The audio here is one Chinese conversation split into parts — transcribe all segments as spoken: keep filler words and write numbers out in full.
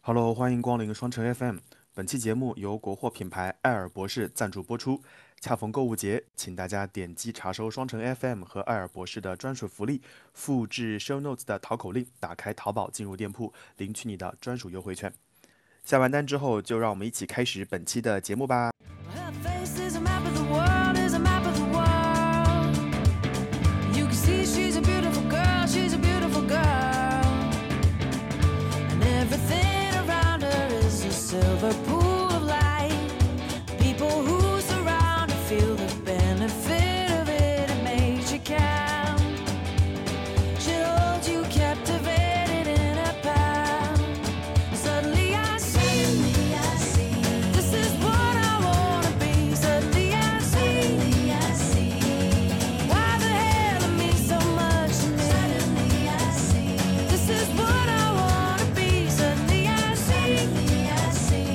Hello，欢迎光临双城 F M。本期节目由国货品牌艾尔博士赞助播出。恰逢购物节，请大家点击查收双城 F M 和艾尔博士的专属福利，复制 Show Notes 的淘口令，打开淘宝进入店铺，领取你的专属优惠券。下完单之后，就让我们一起开始本期的节目吧。 Her face is a map of the world, is a map of the world. You can see she's a beautiful girl, she's a beautiful girl. And everything around her is a silver pool of light. People who surround her feel the benefit of it, it makes you count. She'll hold you captivated in her palm. Suddenly I see, Suddenly I see. This is what I wanna be. Suddenly I see, Suddenly I see. Why the hell it means so much to me. Suddenly I see. This is what I wanna be. Suddenly I see, Suddenly I see.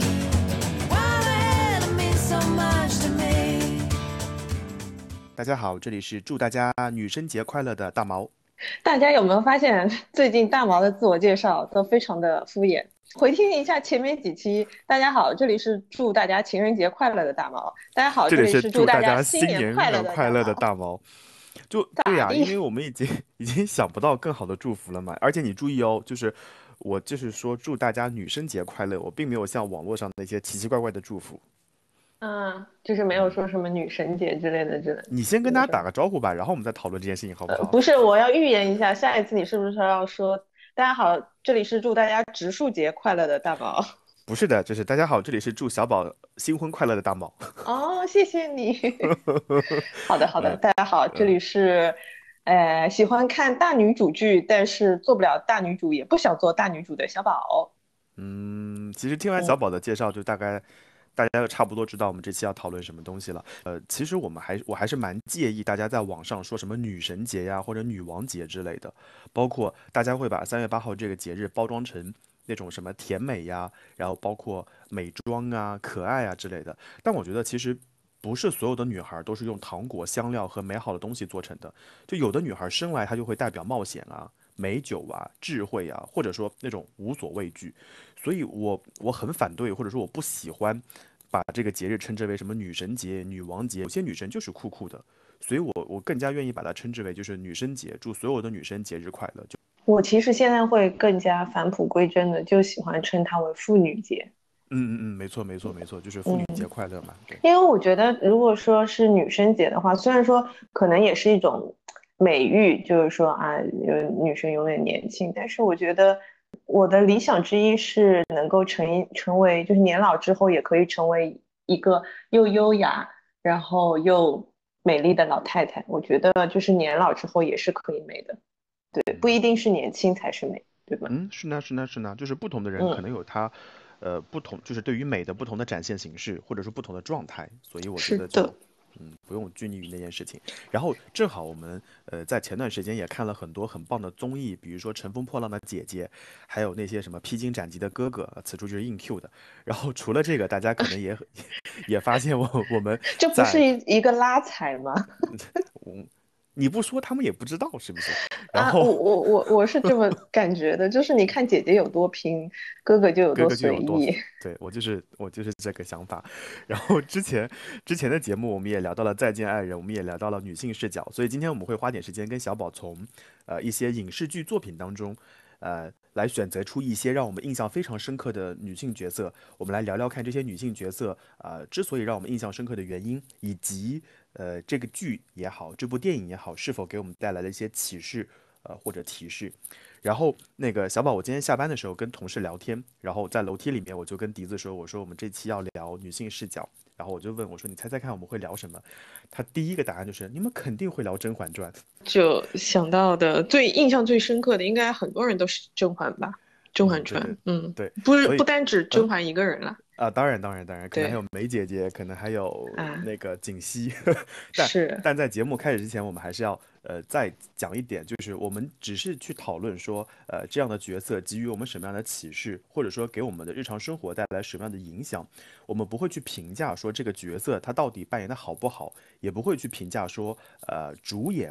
Why the hell it means so much to me. 大家好，这里是祝大家女生节快乐的大毛。 大家有没有发现，最近大毛的自我介绍都非常的敷衍？回听一下前面几期。大家好，这里是祝大家情人节快乐的大毛。大家好， 这里是这里是祝大祝大家家新年新年快乐的大快乐的毛。 大毛。就对呀、因为我们已经已经想不到更好的祝福了嘛。而且你注意哦，就是我就是说祝大家女生节快乐，我并没有像网络上那些奇奇怪怪的祝福。 嗯，就是没有说什么女神节之类的之类的。 你先跟大家那个什么， 打个招呼吧，然后我们再讨论这件事情，好不呃， 好？ 不是，我要预言一下，下一次你是不是要说，大家好，这里是祝大家植树节快乐的大毛。 不是的，就是大家好，这里是祝小宝新婚快乐的大毛。 哦，谢谢你。好的，好的， 嗯大家好，这嗯里是，呃，喜欢看大女主剧，但是做不了大女主，也不想做大女主的小宝。 嗯，其实听完小嗯宝的介绍，就大概大家就差不多知道我们这期要讨论什么东西了。呃，其实我们还我还是蛮介意大家在网上说什么女神节呀或者女王节之类的，包括大家会把三月八号这个节日包装成那种什么甜美呀，然后包括美妆啊、可爱啊之类的。但我觉得其实不是所有的女孩都是用糖果、香料和美好的东西做成的，就有的女孩生来她就会代表冒险啊。美酒啊、智慧啊，或者说那种无所畏惧，所以我我很反对，或者说我不喜欢把这个节日称之为什么女神节、女王节。有些女生就是酷酷的，所以我我更加愿意把它称之为就是女生节，祝所有的女生节日快乐。就我其实现在会更加返璞归真的，就喜欢称它为妇女节。 嗯嗯嗯，没错没错没错，就是妇女节嗯， 快乐嘛。对， 因为我觉得，如果说是女生节的话，虽然说可能也是一种美誉，就是说啊，呃女生永远年轻，但是我觉得我的理想之一是能够成一成为，就是年老之后也可以成为一个又优雅，然后又美丽的老太太。我觉得就是年老之后也是可以美的，对，不一定是年轻才是美，对吧？ 嗯，是呢是呢是呢，就是不同的人可嗯， 能有他，呃，不同就是对于美的不同的展现形式，或者说不同的状态，所以我觉得就是的。 嗯，不用拘泥于那件事情。然后正好我们呃在前段时间也看了很多很棒的综艺，比如说《乘风破浪的姐姐》，还有那些什么披荆斩棘的哥哥，呃此处就是硬 Q 的。然后除了这个，大家可能也也发现我我们这不是在一一个拉踩吗？ 嗯，你不说他们也不知道是不是？然啊，我后我我我是这么感觉的，就是你看姐姐有多拼，哥哥就有哥多哥就有多， 随意。 对，我就是我就是这个想法。然后之前之前的节目我们也聊到了再见爱人，我们也聊到了女性视角，所以今天我们会花点时间跟小宝从呃一些影视剧作品当中。呃，来选择出一些让我们印象非常深刻的女性角色，我们来聊聊看这些女性角色，呃，之所以让我们印象深刻的原因，以及呃这个剧也好，这部电影也好，是否给我们带来了一些启示，呃或者提示。然后那个小宝，我今天下班的时候跟同事聊天，然后在楼梯里面我就跟笛子说，我说我们这期要聊女性视角，然后我就问我说你猜猜看我们会聊什么？他第一个答案就是你们肯定会聊《甄嬛传》。 就想到的最印象最深刻的，应该很多人都是甄嬛吧，《甄嗯， 嬛传》。 对对嗯， 对， 不是所以不单指嗯甄嬛一个人了。 啊，当然当然当然，可能还有对梅姐姐，可能还有啊， 那个锦溪，但是但在节目开始之前，我们还是要呃再讲一点，就是我们只是去讨论说，呃这样的角色给予我们什么样的启示，或者说给我们的日常生活带来什么样的影响，我们不会去评价说这个角色他到底扮演的好不好，也不会去评价说呃主演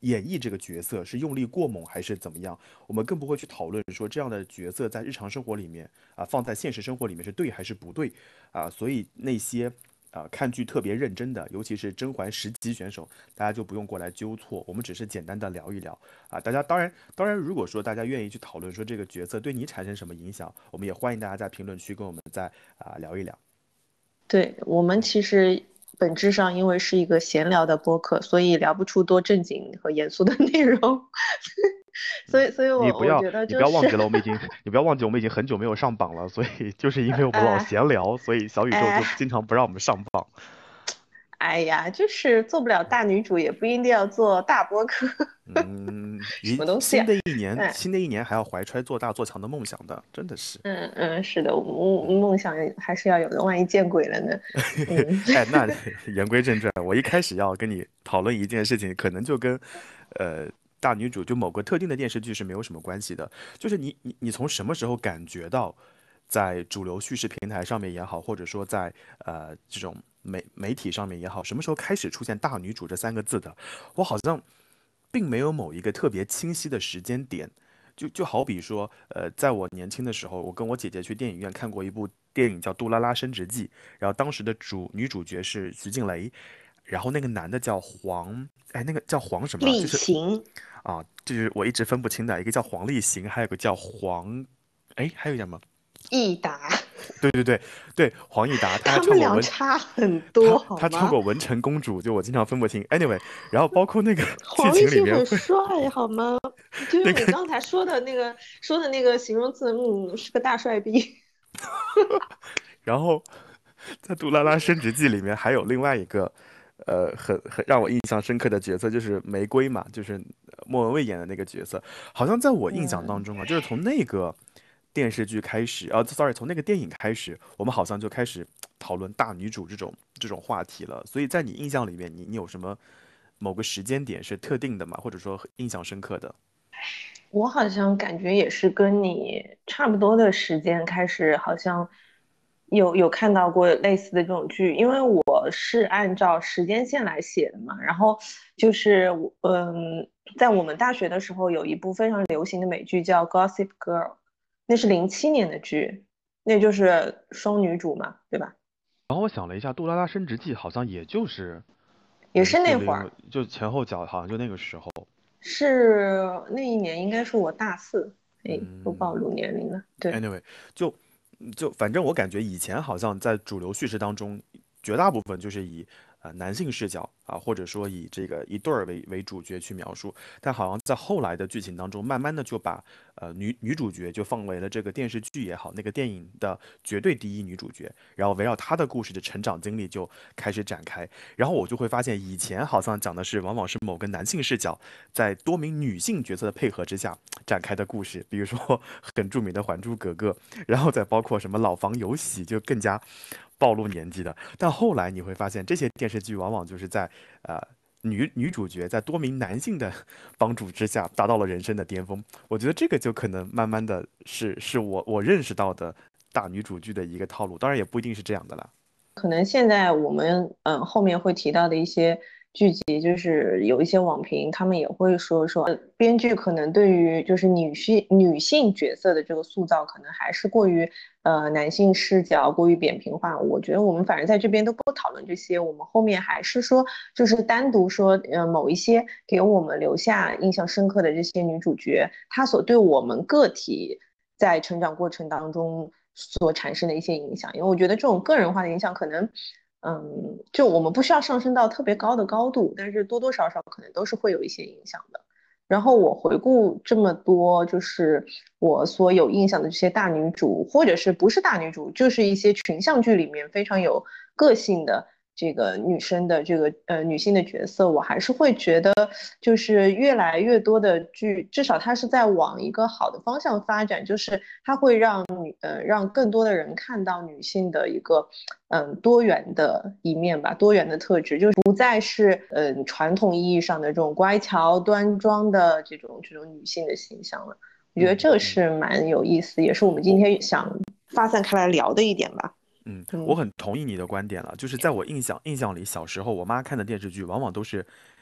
演绎这个角色是用力过猛还是怎么样，我们更不会去讨论说这样的角色在日常生活里面啊、放在现实生活里面是对还是不对啊、所以那些。啊，看剧特别认真的，尤其是甄嬛十级选手，大家就不用过来纠错，我们只是简单的聊一聊啊。大家当然，当然，如果说大家愿意去讨论说这个角色对你产生什么影响，我们也欢迎大家在评论区跟我们再啊聊一聊。 对，我们其实本质上因为是一个闲聊的播客，所以聊不出多正经和严肃的内容，所以，所以我你不要， 我觉得你不就是， 要忘记了，我们已经，你不要忘记我们已经很久没有上榜了，所以就是因为我们老哎闲聊，所以小宇宙就哎经常不让我们上榜。 哎呀，就是做不了大女主，也不一定要做大播客， 嗯， 什一么东西啊？ 新的一年， 哎。 新的一年还要怀揣做大做强的梦想的，真的是。 嗯嗯，是的，梦梦想还是要有的，万一见鬼了呢？嗯， 哎，那言归正传，我一开始要跟你讨论一件事情，可能就跟，呃，大女主就某个特定的电视剧是没有什么关系的，就是你你你从什么时候感觉到，在主流叙事平台上面也好，或者说在呃这种媒媒体上面也好，什么时候开始出现"大女主"这三个字的？我好像并没有某一个特别清晰的时间点。就就好比说，呃，在我年轻的时候，我跟我姐姐去电影院看过一部电影叫《杜拉拉升职记》，然后当时的主女主角是徐静蕾，然后那个男的叫黄，哎，那个叫黄什么啊？就例是行啊，就是我一直分不清的，一个叫黄立行，还有个叫黄，哎，还有一个叫什么？ 益达， 对对对对，黄义达，他还他们唱过文， 俩差很多， 他好吗？ 他唱过《文成公主》，就我经常分不清。Anyway，然后包括那个剧黄立行很情里面会帅，好吗？就那个用你刚才说的那个说的那个形容词，嗯，是个大帅逼。 然后在《杜拉拉升职记》里面还有另外一个，呃，很很让我印象深刻的角色，就是玫瑰嘛，就是呃莫文蔚演的那个角色。好像在我印象当嗯， 中啊，就是从那个电视剧开始，呃，sorry，从那个电影开始，我们好像就开始讨论大女主这种这种话题了。所以在你印象里面，你你有什么某个时间点是特定的吗？或者说印象深刻的？ 我好像感觉也是跟你差不多的时间开始，好像有有看到过类似的这种剧，因为我是按照时间线来写的嘛。然后就是我嗯，在我们大学的时候有一部非常流行的美剧叫《Gossip Girl》，那是零七年的剧，那就是双女主嘛，对吧？ 然后我想了一下，《杜拉拉升职记》好像也就是也是零四零， 那会儿， 就前后脚，好像就那个时候。 是那一年应该是我大四，哎，都暴嗯露年龄了，对。 ，anyway，就就反正我感觉以前好像在主流叙事当中，绝大部分就是以呃男性视角啊，或者说以这个一对儿为为主角去描述，但好像在后来的剧情当中，慢慢的就把呃女女主角就放为了这个电视剧也好，那个电影的绝对第一女主角，然后围绕她的故事的成长经历就开始展开，然后我就会发现，以前好像讲的是往往是某个男性视角在多名女性角色的配合之下展开的故事，比如说很著名的《还珠格格》，然后再包括什么《老房有喜》，就更加暴露年纪的。但后来你会发现，这些电视剧往往就是在呃女女主角在多名男性的帮助之下达到了人生的巅峰。我觉得这个就可能慢慢的是是我我认识到的大女主剧的一个套路，当然也不一定是这样的啦。 可能现在我们嗯后面会提到的一些剧集，就是有一些网评，他们也会说说，呃编剧可能对于就是女性女性角色的这个塑造，可能还是过于呃男性视角，过于扁平化。我觉得我们反正在这边都不讨论这些，我们后面还是说，就是单独说，呃某一些给我们留下印象深刻的这些女主角，她所对我们个体在成长过程当中所产生的一些影响，因为我觉得这种个人化的影响可能，嗯，就我们不需要上升到特别高的高度，但是多多少少可能都是会有一些影响的。然后我回顾这么多，就是我所有印象的这些大女主，或者是不是大女主，就是一些群像剧里面非常有个性的这个女生的这个呃女性的角色，我还是会觉得，就是越来越多的剧，至少它是在往一个好的方向发展，就是它会让女呃让更多的人看到女性的一个嗯多元的一面吧，多元的特质，就是不再是嗯传统意义上的这种乖巧端庄的这种这种女性的形象了。我觉得这个嗯嗯， 是蛮有意思，也是我们今我天想发散开来聊的一点吧。 嗯，我嗯很同意你的观点了。就是在我印象印象里，小时候我妈看的电视剧，往往都是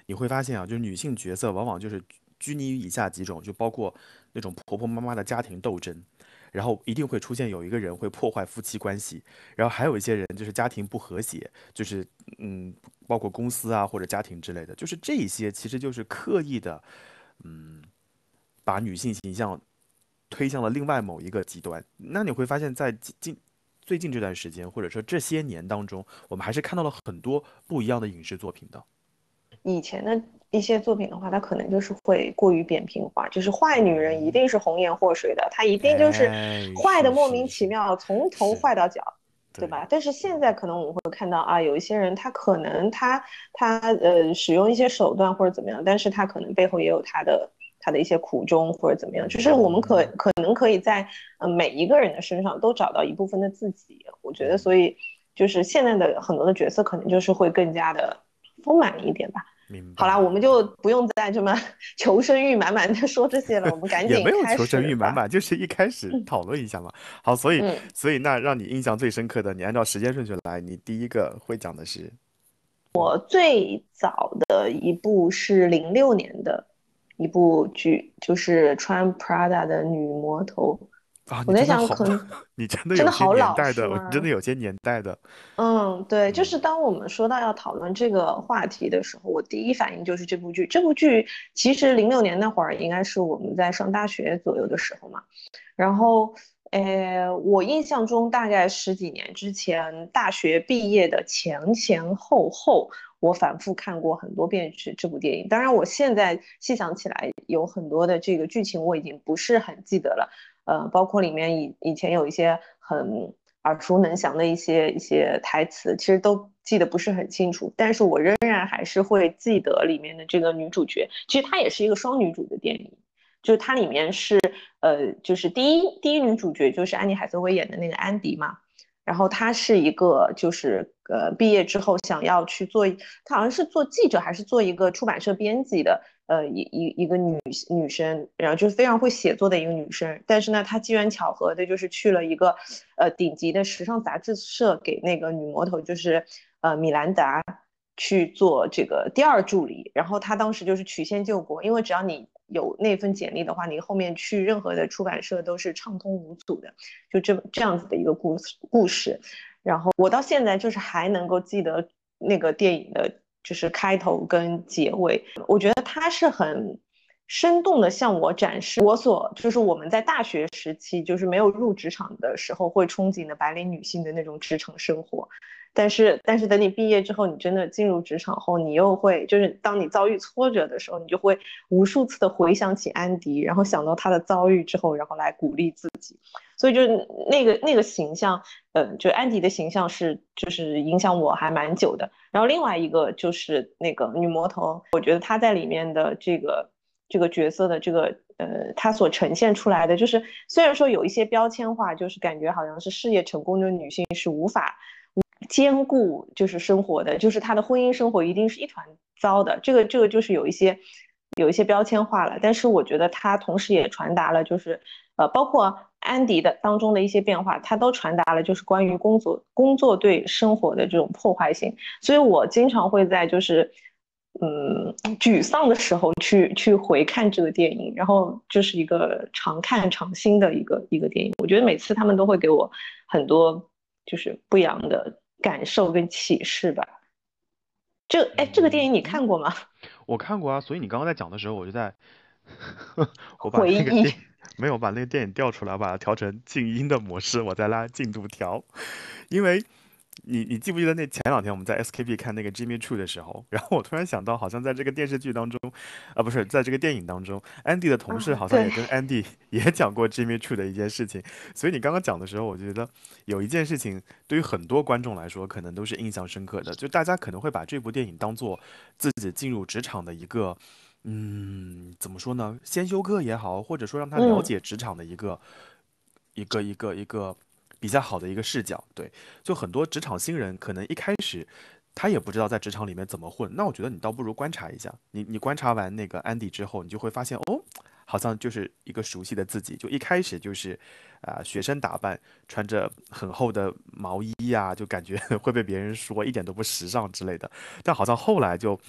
你会发现啊，就是女性角色往往就是拘泥于以下几种，就包括那种婆婆妈妈的家庭斗争，然后一定会出现有一个人会破坏夫妻关系，然后还有一些人就是家庭不和谐，就是嗯，包括公司啊或者家庭之类的，就是这一些其实就是刻意的把女性形象推向了另外某一个极端。那你会发现在近近最近这段时间，或者说这些年当中，我们还是看到了很多不一样的影视作品的。 以前的一些作品的话，它可能就是会过于扁平化，就是坏女人一定是红颜祸水的，她一定就是哎，是坏的莫名是是其妙，从头是， 坏到脚，对对， 吧？但是现在可能我们会看到啊，有一些人他可能他他呃使用一些手段或者怎么样，但是他可能背后也有他的他的一些苦衷或者怎么样，就是我们可嗯可能可以在呃每一个人的身上都找到一部分的自己，我觉得，所嗯， 以就是现在的很多的角色可能就是会更加的丰满一点吧。 明好啦，我白明白。 们就不用再这么求生欲满满的说这些了，我们赶也没紧开有求生欲始吧。 满满，就是一开始讨论一下嘛。好，所以嗯， 所以那让你印象最深刻的，你按照时间顺序来，你第一个会讲的是我最早的一部是零六年的一部剧，就是穿 Prada 的女魔头。 啊， 我在想， 你真的好， 可能你真的真的有些好老年代的，你真的是吗？ 有些年代的， 嗯，对，就是嗯当我们说到要讨论这个话题的时候，我第一反应就是这部剧。这部剧其实零六年那会儿应该是我们在上大学左右的时候嘛。然后，呃，我印象中大概十几年之前，大学毕业的前前后后，我反复看过很多遍这这部电影。当然，我现在细想起来，有很多的这个剧情我已经不是很记得了，呃，包括里面以以前有一些很耳熟能详的一些一些台词，其实都记得不是很清楚。但是我仍然还是会记得里面的这个女主角，其实她也是一个双女主的电影。就是它里面是呃，就是第一第一女主角就是安妮海瑟薇演的那个安迪嘛，然后她是一个就是呃毕业之后想要去做，她好像是做记者还是做一个出版社编辑的，呃一一一个女女生，然后就是非常会写作的一个女生，但是呢，她机缘巧合的就是去了一个呃顶级的时尚杂志社，给那个女魔头就是呃米兰达。去做这个第二助理，然后她当时就是曲线救国，因为只要你有那份简历的话，你后面去任何的出版社都是畅通无阻的，就这这样子的一个故事故事。然后我到现在就是还能够记得那个电影的，就是开头跟结尾，我觉得它是很生动的向我展示我所就是我们在大学时期就是没有入职场的时候会憧憬的白领女性的那种职场生活。但是，但是等你毕业之后，你真的进入职场后，你又会，就是当你遭遇挫折的时候，你就会无数次的回想起安迪，然后想到他的遭遇之后，然后来鼓励自己。所以就是那个那个形象，呃，就安迪的形象是就是影响我还蛮久的。然后另外一个就是那个女魔头，我觉得她在里面的这个这个角色的这个呃，她所呈现出来的，就是虽然说有一些标签化，就是感觉好像是事业成功的女性是无法兼顾就是生活的，就是她的婚姻生活一定是一团糟的。这个这个就是有一些有一些标签化了，但是我觉得它同时也传达了，就是呃，包括安迪的当中的一些变化，它都传达了就是关于工作工作对生活的这种破坏性。所以我经常会在就是嗯沮丧的时候去去回看这个电影，然后就是一个常看常新的一个一个电影。我觉得每次他们都会给我很多就是不一样的感受跟启示吧。这哎，这个电影你嗯嗯， 看过吗？ 我看过啊，所以你刚刚在讲的时候，我就在我把回忆。 那个电没有把那个电影调出来，把它调成静音的模式，我再拉进度条，因为你你记不记得那前两天我们在 S K P 看那个 Jimmy Choo 的时候，然后我突然想到，好像在这个电视剧当中，啊不是在这个电影当中，Andy 的同事啊，对。 好像也跟 Andy 也讲过 Jimmy Choo 的一件事情，所以你刚刚讲的时候，我觉得有一件事情对于很多观众来说，可能都是印象深刻的，就大家可能会把这部电影当做自己进入职场的一个。嗯，怎么说呢？先修课也好，或者说让他了嗯解职场的一个一个一个一个比较好的一个视角。对，就很多职场新人可能一开始他也不知道在职场里面怎么混，那我觉得你倒不如观察一下。你你观察完那个安迪之后，你就会发现哦，好像就是一个熟悉的自己。就一开始就是啊、学生打扮，穿着很厚的毛衣呀、就感觉会被别人说一点都不时尚之类的。但好像后来就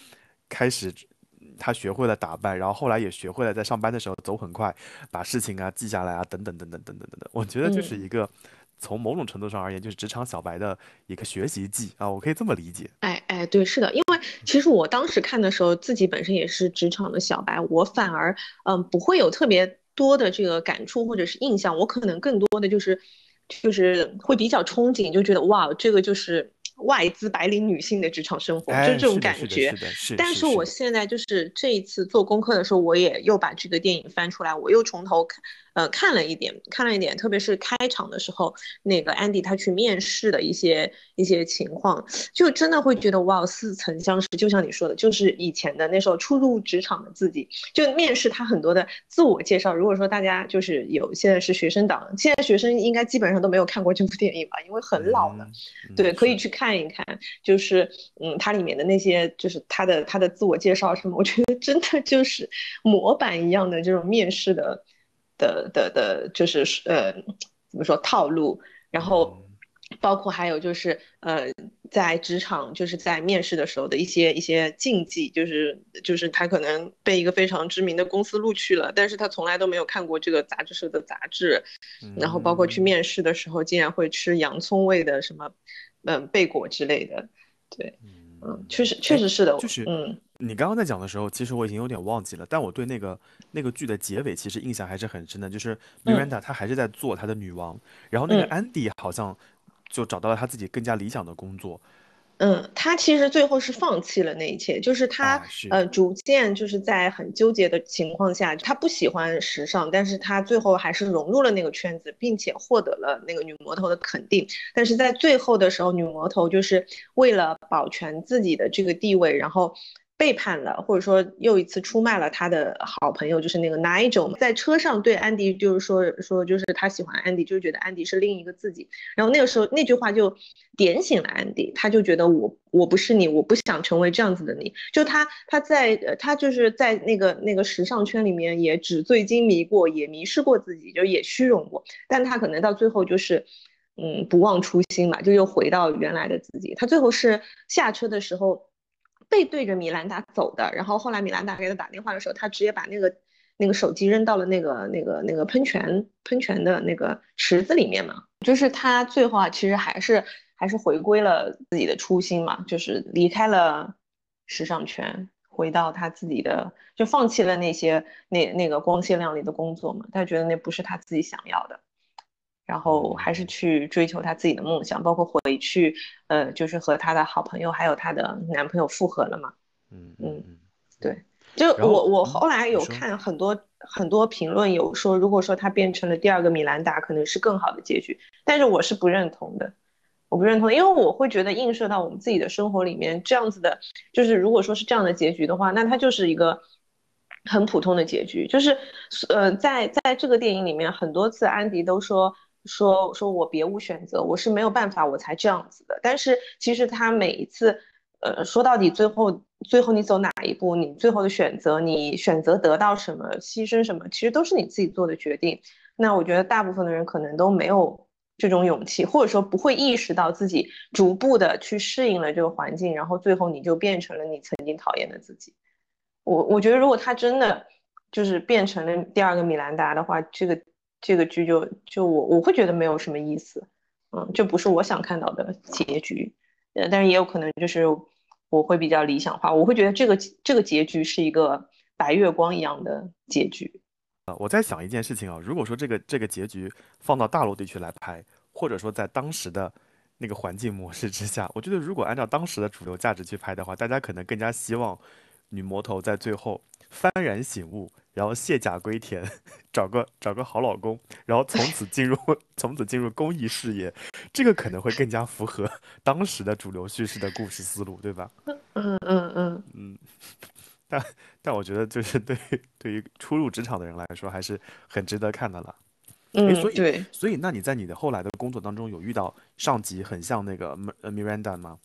开始他学会了打扮，然后后来也学会了在上班的时候走很快，把事情啊记下来啊，等等等等等等等等。我觉得这是嗯。 一个从某种程度上而言，就是职场小白的一个学习记啊，我可以这么理解。 哎哎，对，是的，因为其实我当时看的时候，自己本身也是职场的小白，我反而嗯不会有特别多的这个感触或者是印象，我可能更多的就是就是会比较憧憬，就觉得哇，这个就是外资白领女性的职场生活，就是哎， 这种是的，是的， 感觉。 是的，是但是我是是， 现在就是这一次做功课的时候，我也又把这个电影翻出来，我又从头看呃看了一点，看了一点，特别是开场的时候，那个安迪他去面试的一些一些情况。就真的会觉得哇，似曾相识。就像你说的，就是以前的那时候初入职场的自己，就面试他很多的自我介绍。如果说大家就是有现在是学生党，现在学生应该基本上都没有看过这部电影吧，因为很老了。 嗯嗯， 对，可以是。 去看一看，就是嗯，它里面的那些，就是他的他的自我介绍什么，我觉得真的就是模板一样的这种面试的的的的，就是呃怎么说套路，然后嗯包括还有就是呃在职场就是在面试的时候的一些一些禁忌，就是就是他可能被一个非常知名的公司录取了，但是他从来都没有看过这个杂志社的杂志，然后包括去嗯面试的时候，竟然会吃洋葱味的什么，嗯，贝果之类的。对，嗯，确实确哎， 实是的。 就是嗯你刚刚在讲的时候，其实我已经有点忘记了，但我对那个那个剧的结尾其实印象还是很深的，就是嗯 Miranda 她还是在做她的女王，然后那个嗯 Andy 好像就找到了他自己更加理想的工作。 嗯，他其实最后是放弃了那一切，就是他哎，是， 呃逐渐就是在很纠结的情况下，他不喜欢时尚，但是他最后还是融入了那个圈子，并且获得了那个女魔头的肯定。但是在最后的时候，女魔头就是为了保全自己的这个地位，然后背叛了，或者说又一次出卖了他的好朋友，就是那个 Nigel 嘛，在车上对安迪就是说说，就是他喜欢安迪，就是觉得安迪是另一个自己。然后那个时候那句话就点醒了安迪，他就觉得我我不是你，我不想成为这样子的你。就他他在呃他就是在那个那个时尚圈里面也纸醉金迷过，也迷失过自己，就也虚荣过，但他可能到最后就是嗯不忘初心嘛，就又回到原来的自己。他最后是下车的时候背对着米兰达走的，然后后来米兰达给他打电话的时候，他直接把那个那个手机扔到了那个那个那个喷泉喷泉的那个池子里面嘛。就是他最后啊，其实还是还是回归了自己的初心嘛，就是离开了时尚圈，回到他自己的，就放弃了那些那那个光鲜亮丽的工作嘛，他觉得那不是他自己想要的，然后还是去追求他自己的梦想，包括回去，呃，就是和他的好朋友还有他的男朋友复合了嘛。嗯， 嗯嗯嗯， 对，就然后嗯， 我我后来有你说。 看很多很多评论，有说如果说他变成了第二个米兰达，可能是更好的结局，但是我是不认同的，我不认同，因为我会觉得映射到我们自己的生活里面，这样子的，就是如果说是这样的结局的话，那它就是一个很普通的结局，就是呃，在在这个电影里面，很多次安迪都说。说说我别无选择，我是没有办法，我才这样子的。但是其实他每一次，呃，说到底，最后最后你走哪一步，你最后的选择，你选择得到什么，牺牲什么，其实都是你自己做的决定。那我觉得大部分的人可能都没有这种勇气，或者说不会意识到自己逐步的去适应了这个环境，然后最后你就变成了你曾经讨厌的自己。我我觉得如果他真的就是变成了第二个米兰达的话，这个这个剧就就我我会觉得没有什么意思，嗯，这不是我想看到的结局，呃，但是也有可能就是我会比较理想化，我会觉得这个这个结局是一个白月光一样的结局。 啊，我在想一件事情啊，如果说这个这个结局放到大陆地区来拍，或者说在当时的那个环境模式之下，我觉得如果按照当时的主流价值去拍的话，大家可能更加希望女魔头在最后幡然醒悟，然后卸甲归田，找个找个好老公，然后从此进入从此进入公益事业，这个可能会更加符合当时的主流叙事的故事思路，对吧？ 嗯嗯嗯但但我觉得就是对于对于初入职场的人来说，还是很值得看的了。哎， 嗯， 所以对， 所以那你在你的后来的工作当中有遇到上级很像那个 Mi- 呃 Miranda 吗？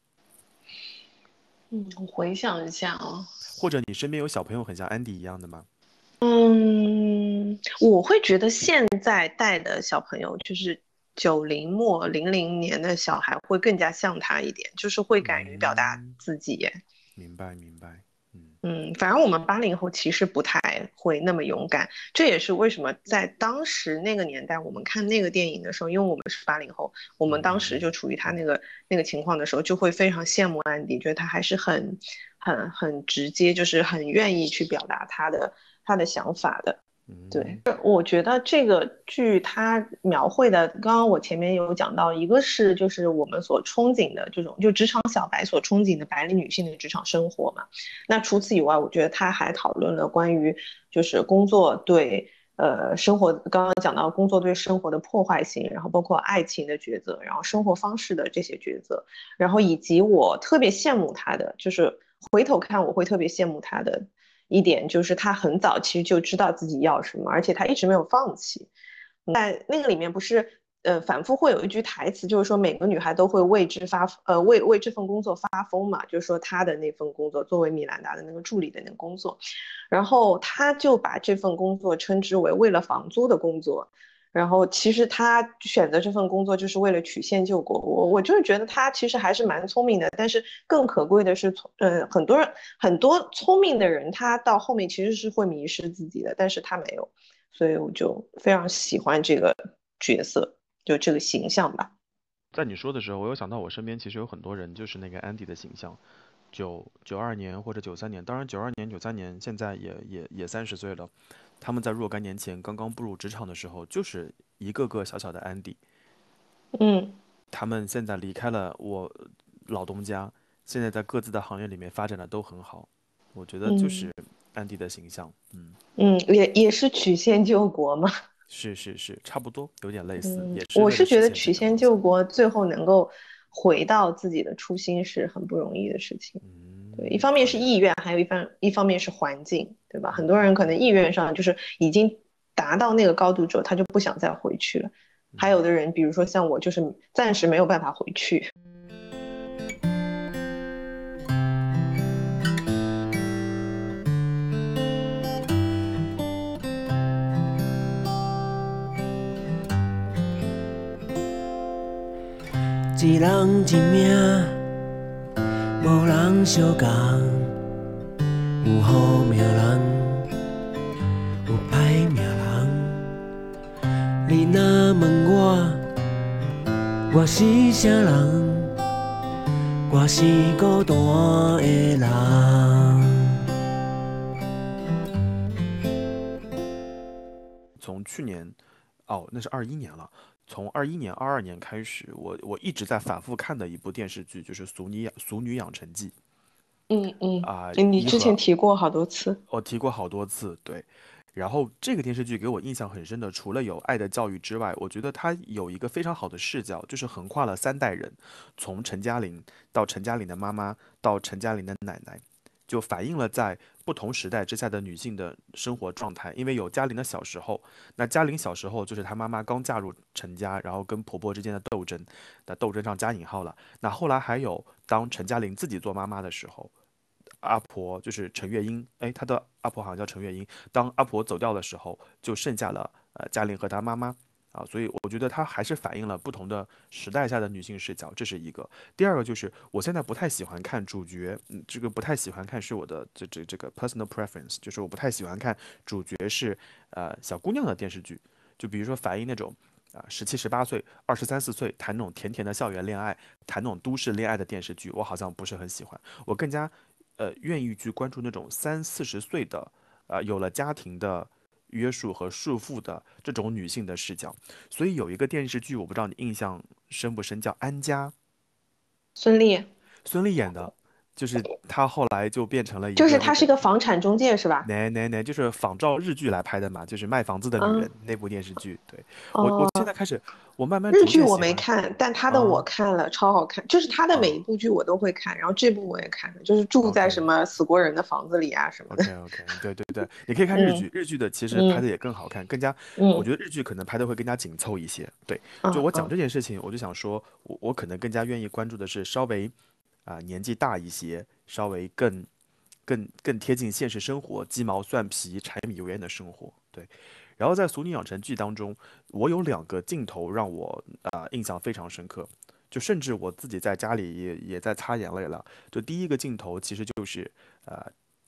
嗯，我回想一下啊， 或者你身边有小朋友很像 Andy 一样的吗？ 嗯，我会觉得现在带的小朋友，就是九零末零零年的小孩，会更加像他一点，就是会敢于表达嗯， 自己耶。 明白明白。 嗯，反正我们八零后其实不太会那么勇敢，这也是为什么在当时那个年代，我们看那个电影的时候，因为我们是八零后，我们当时嗯嗯就处于他嗯那个那个情况的时候，就会非常羡慕安迪，觉得他还是很很很直接，就是很愿意去表达他的他的想法的。对， 嗯我觉得这个剧它描绘的，刚刚我前面有讲到，一个是就是我们所憧憬的这种，就职场小白所憧憬的白领女性的职场生活嘛。那除此以外，我觉得他还讨论了关于就是工作对呃生活，刚刚讲到工作对生活的破坏性，然后包括爱情的抉择，然后生活方式的这些抉择，然后以及我特别羡慕他的，就是回头看我会特别羡慕他的一点，就是他很早其实就知道自己要什么，而且他一直没有放弃。在那个里面不是呃反复会有一句台词，就是说每个女孩都会为之发呃为为这份工作发疯嘛，就是说她的那份工作作为米兰达的那个助理的那个工作，然后他就把这份工作称之为为了房租的工作。然后其实他选择这份工作就是为了曲线救国，我我就是觉得他其实还是蛮聪明的，但是更可贵的是，呃，很多人很多聪明的人，他到后面其实是会迷失自己的，但是他没有，所以我就非常喜欢这个角色，就这个形象吧。 在你说的时候，我有想到我身边其实有很多人就是那个安迪的形象，九九二年或者九三年，当然九二年、九三年现在也也也三十岁了，他们在若干年前刚刚步入职场的时候，就是一个个小小的安迪， 嗯他们现在离开了我老东家，现在在各自的行业里面发展的都很好，我觉得就嗯是安迪的形象，嗯， 嗯，也也是曲线救国嘛。 是是是，差不多，有点类似， 嗯， 也是我是觉得为了实现这曲线个东西， 救国最后能够回到自己的初心是很不容易的事情。对，一嗯， 方面可以， 是意愿，还有一方一方面是环境，对吧？很多嗯嗯嗯人可能意愿上就是已经达到那个高度之后，他就不想再回去了。还嗯。 有的人，比如说像我，就是暂时没有办法回去。 一人一命，无人相共。有好命人，有歹命人。你若问我，我是啥人？我是孤单的人。 从去年，哦，那是二一年了。从二一年、二二年开始，我我一直在反复看的一部电视剧就是《俗女养俗女养成记》 嗯嗯， 啊、 你之前一和提过好多次。 我提过好多次，对。然后这个电视剧给我印象很深的，除了有爱的教育之外，我觉得它有一个非常好的视角，就是横跨了三代人，从陈嘉玲到陈嘉玲的妈妈，到陈嘉玲的奶奶，就反映了在不同时代之下的女性的生活状态。因为有嘉玲的小时候，那嘉玲小时候就是她妈妈刚嫁入陈家，然后跟婆婆之间的斗争，那斗争上加引号了。那后来还有当陈嘉玲自己做妈妈的时候。阿婆就是陈月英，哎，她的阿婆好像叫陈月英。当阿婆走掉的时候，就剩下了呃嘉玲和她妈妈啊，所以我觉得它还是反映了不同的时代下的女性视角，这是一个。第二个就是我现在不太喜欢看主角，嗯，这个不太喜欢看是我的这这这个 personal preference，就是我不太喜欢看主角是呃小姑娘的电视剧，就比如说反映那种。啊，十七、十八岁、二十三四岁谈那种甜甜的校园恋爱，谈那种都市恋爱的电视剧，我好像不是很喜欢。我更加呃愿意去关注那种三四十岁的，呃有了家庭的约束和束缚的这种女性的视角。所以有一个电视剧，我不知道你印象深不深，叫《安家》， 孙俪孙俪演的，就是她后来就变成了一就是个那种。 她是一个房产中介是吧？ 奶奶奶，就是仿照日剧来拍的嘛，就是卖房子的女人嗯那部电视剧。对，我，我现哦， 在开始，我慢慢逐日剧我渐喜欢没看，但他的我啊看了，超好看。就是他的每一啊部剧我都会看，然后这部我也看了，就是住在什 ，OK， 么死国人的房子里啊什么的。 OK OK，对对对，你可以看日嗯剧，日剧的其实拍的嗯也更好看，更加，我嗯觉得日剧可能拍的会更加紧凑一些。对，就我讲嗯嗯这件事情，我就想说，我我可能更加愿意关注的是稍微啊、年纪大一些，稍微更更更贴近现实生活，鸡毛蒜皮、柴米油盐的生活。对，然后在《俗女养成记》当中，我有两个镜头让我啊、印象非常深刻，就甚至我自己在家里也也在擦眼泪了。就第一个镜头其实就是呃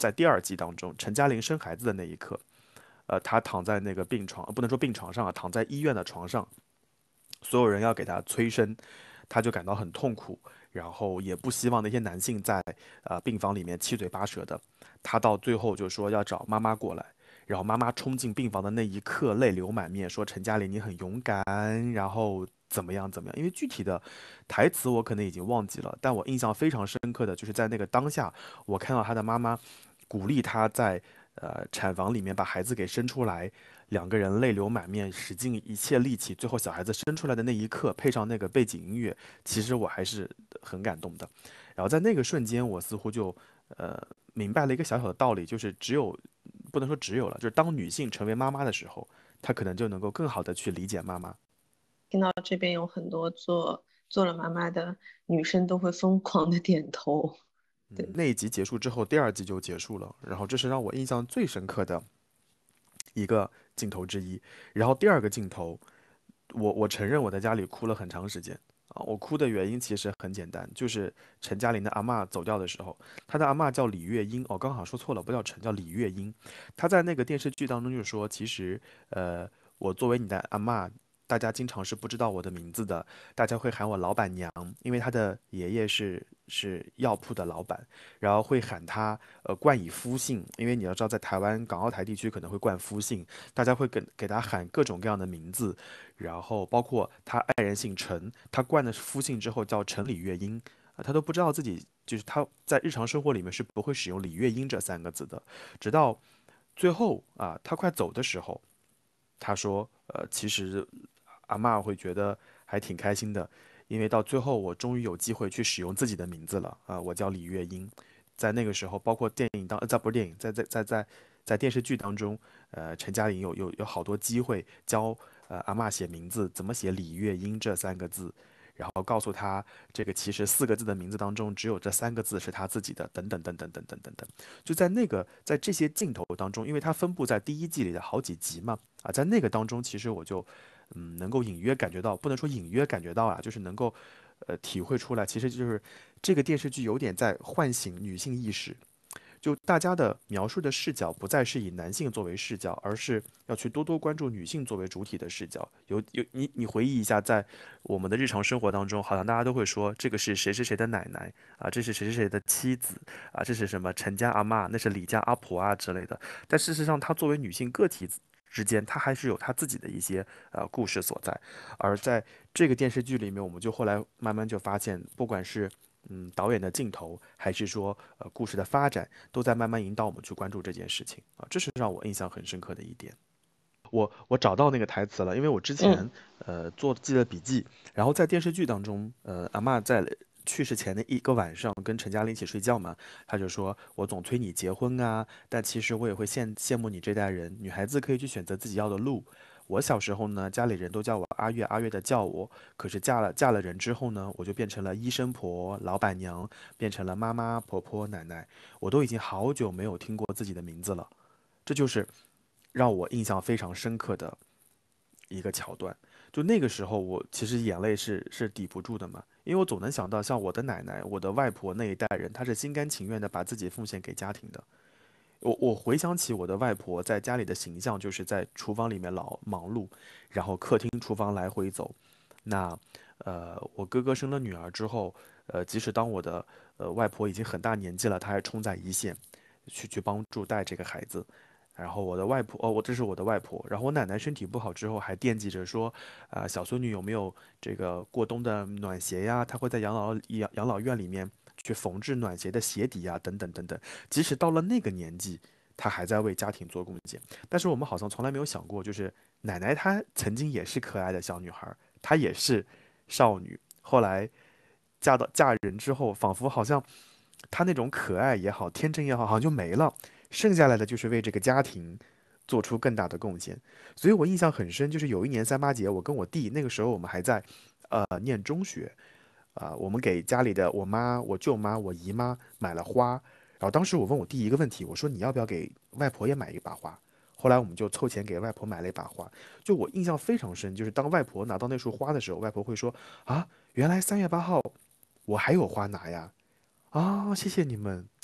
在第二季当中，陈嘉玲生孩子的那一刻，呃，她躺在那个病床，呃不能说病床上啊，躺在医院的床上，所有人要给她催生，她就感到很痛苦，然后也不希望那些男性在呃病房里面七嘴八舌的，她到最后就说要找妈妈过来。然后妈妈冲进病房的那一刻，泪流满面，说：“陈嘉玲，你很勇敢。”然后怎么样怎么样？因为具体的台词我可能已经忘记了，但我印象非常深刻的就是在那个当下，我看到他的妈妈鼓励他在呃产房里面把孩子给生出来，两个人泪流满面，使尽一切力气，最后小孩子生出来的那一刻，配上那个背景音乐，其实我还是很感动的。然后在那个瞬间，我似乎就呃明白了一个小小的道理，就是只有不能说只有了，就是当女性成为妈妈的时候，她可能就能够更好的去理解妈妈。 听到这边有很多做做了妈妈的女生都会疯狂的点头。 嗯， 对， 那一集结束之后，第二集就结束了，然后这是让我印象最深刻的一个镜头之一。然后第二个镜头，我我承认我在家里哭了很长时间啊。我哭的原因其实很简单，就是陈嘉玲的阿嬷走掉的时候，她的阿嬷叫李月英，哦，刚好说错了，不叫陈，叫李月英。她在那个电视剧当中就说，其实呃，我作为你的阿嬷。大家经常是不知道我的名字的，大家会喊我老板娘，因为她的爷爷是是药铺的老板，然后会喊她呃冠以夫姓，因为你要知道在台湾港澳台地区可能会冠夫姓，大家会给给他喊各种各样的名字，然后包括他爱人姓陈，他冠的夫姓之后叫陈李月英，啊，他都不知道自己就是他在日常生活里面是不会使用李月英这三个字的，直到最后啊，他快走的时候，他说，呃，其实阿嬷会觉得还挺开心的，因为到最后我终于有机会去使用自己的名字了啊，我叫李月英。在那个时候，包括电影当，呃，在不是电影，在在在在在电视剧当中，呃，陈嘉玲有有有好多机会教呃阿嬷写名字，怎么写李月英这三个字，然后告诉她这个其实四个字的名字当中只有这三个字是她自己的，等等等等等等等等。就在那个在这些镜头当中，因为它分布在第一季里的好几集嘛，啊，在那个当中，其实我就嗯能够隐约感觉到，不能说隐约感觉到啊，就是能够呃体会出来，其实就是这个电视剧有点在唤醒女性意识。就大家的描述的视角不再是以男性作为视角，而是要去多多关注女性作为主体的视角。有有你你回忆一下，在我们的日常生活当中，好像大家都会说这个是谁谁谁的奶奶啊，这是谁谁谁的妻子啊，这是什么陈家阿嬷，那是李家阿婆啊之类的。但事实上，她作为女性个体之间，她还是有她自己的一些呃故事所在。而在这个电视剧里面，我们就后来慢慢就发现，不管是嗯导演的镜头，还是说呃故事的发展，都在慢慢引导我们去关注这件事情啊，这是让我印象很深刻的一点。我我找到那个台词了，因为我之嗯， 前呃做记了笔记，然后在电视剧当中，呃阿嬷在去世前的一个晚上跟陈嘉玲一起睡觉嘛，她就说我总催你结婚啊，但其实我也会羡羡慕你这代人，女孩子可以去选择自己要的路。我小时候呢，家里人都叫我阿月阿月的叫我，可是嫁了嫁了人之后呢，我就变成了医生婆、老板娘，变成了妈妈、婆婆、奶奶，我都已经好久没有听过自己的名字了。这就是让我印象非常深刻的一个桥段。就那个时候，我其实眼泪是是抵不住的嘛，因为我总能想到，像我的奶奶、我的外婆那一代人，她是心甘情愿的把自己奉献给家庭的。我我回想起我的外婆在家里的形象，就是在厨房里面老忙碌，然后客厅、厨房来回走。那呃，我哥哥生了女儿之后，呃，即使当我的呃外婆已经很大年纪了，她还冲在一线，去去帮助带这个孩子。然后我的外婆，哦，我这是我的外婆。然后我奶奶身体不好之后，还惦记着说，啊、小孙女有没有这个过冬的暖鞋呀？她会在养老养养老院里面去缝制暖鞋的鞋底呀，等等等等。即使到了那个年纪，她还在为家庭做贡献。但是我们好像从来没有想过，就是奶奶她曾经也是可爱的小女孩，她也是少女。后来嫁到嫁人之后，仿佛好像她那种可爱也好，天真也好，好像就没了。剩下来的就是为这个家庭做出更大的贡献。所以我印象很深，就是有一年三八节，我跟我弟那个时候我们还在呃念中学啊、我们给家里的我妈、我舅妈、我姨妈买了花。然后当时我问我弟一个问题，我说你要不要给外婆也买一把花？后来我们就凑钱给外婆买了一把花。就我印象非常深，就是当外婆拿到那束花的时候，外婆会说啊，原来三月八号我还有花拿呀，啊，谢谢你们。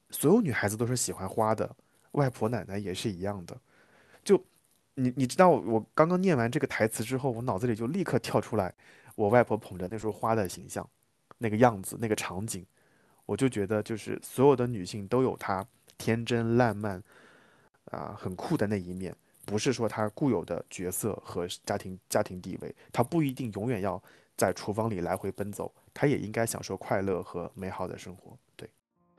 所有女孩子都是喜欢花的，外婆奶奶也是一样的。就你你知道我刚刚念完这个台词之后，我脑子里就立刻跳出来我外婆捧着那束花的形象，那个样子，那个场景，我就觉得就是所有的女性都有她天真烂漫啊、很酷的那一面，不是说她固有的角色和家庭家庭地位，她不一定永远要在厨房里来回奔走，她也应该享受快乐和美好的生活。对。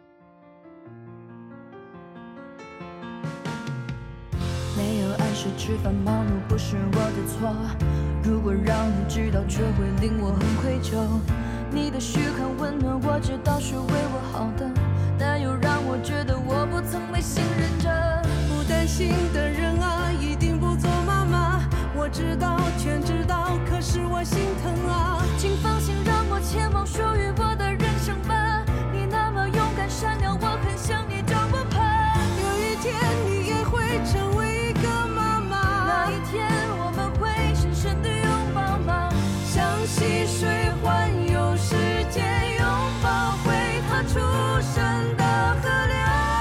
没有按时吃饭，忙碌不是我的错。如果让你知道，却会令我很愧疚。你的嘘寒问暖，我知道是为我好的，但又让我觉得我不曾被信任着。 不担心的人啊，一定不做妈妈。我知道，全知道，可是我心疼啊。 请放心，让我前往属于我的人生吧。你那么勇敢善良，我很想你，就不怕。 有一天你也会成为一个妈妈， 那一天我们会深深的拥抱吗？ 像溪水环游世界，拥抱回它出生的河流。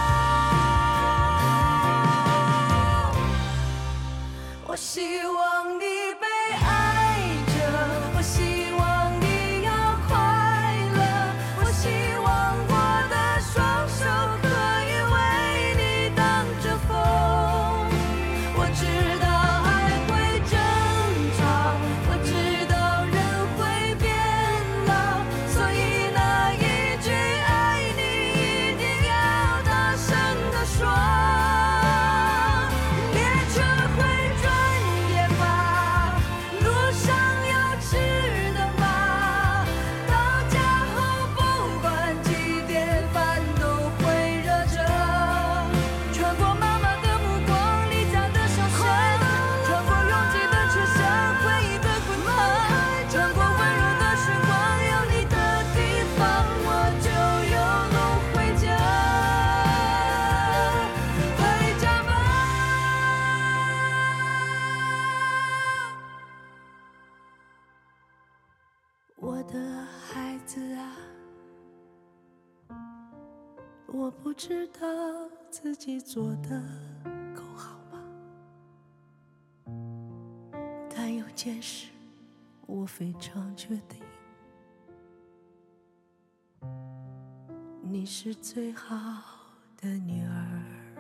我希望你被爱着，我希望你要快乐，我希望我的双手可以为你挡着风。我知道爱会争吵，我知道人会变老，所以那一句爱你一定要大声地说。列车会转也罢，路上有吃的吗？到家后不管几点，饭都会热着。 穿过妈妈的目光，离家的小巷，穿过拥挤的车厢，回忆的滚烫，穿过温柔的时光，有你的地方，我就有路回家， 回家吧。我的孩子啊，我不知道自己做的够好吗？但有件事我非常确定，你是最好的女儿，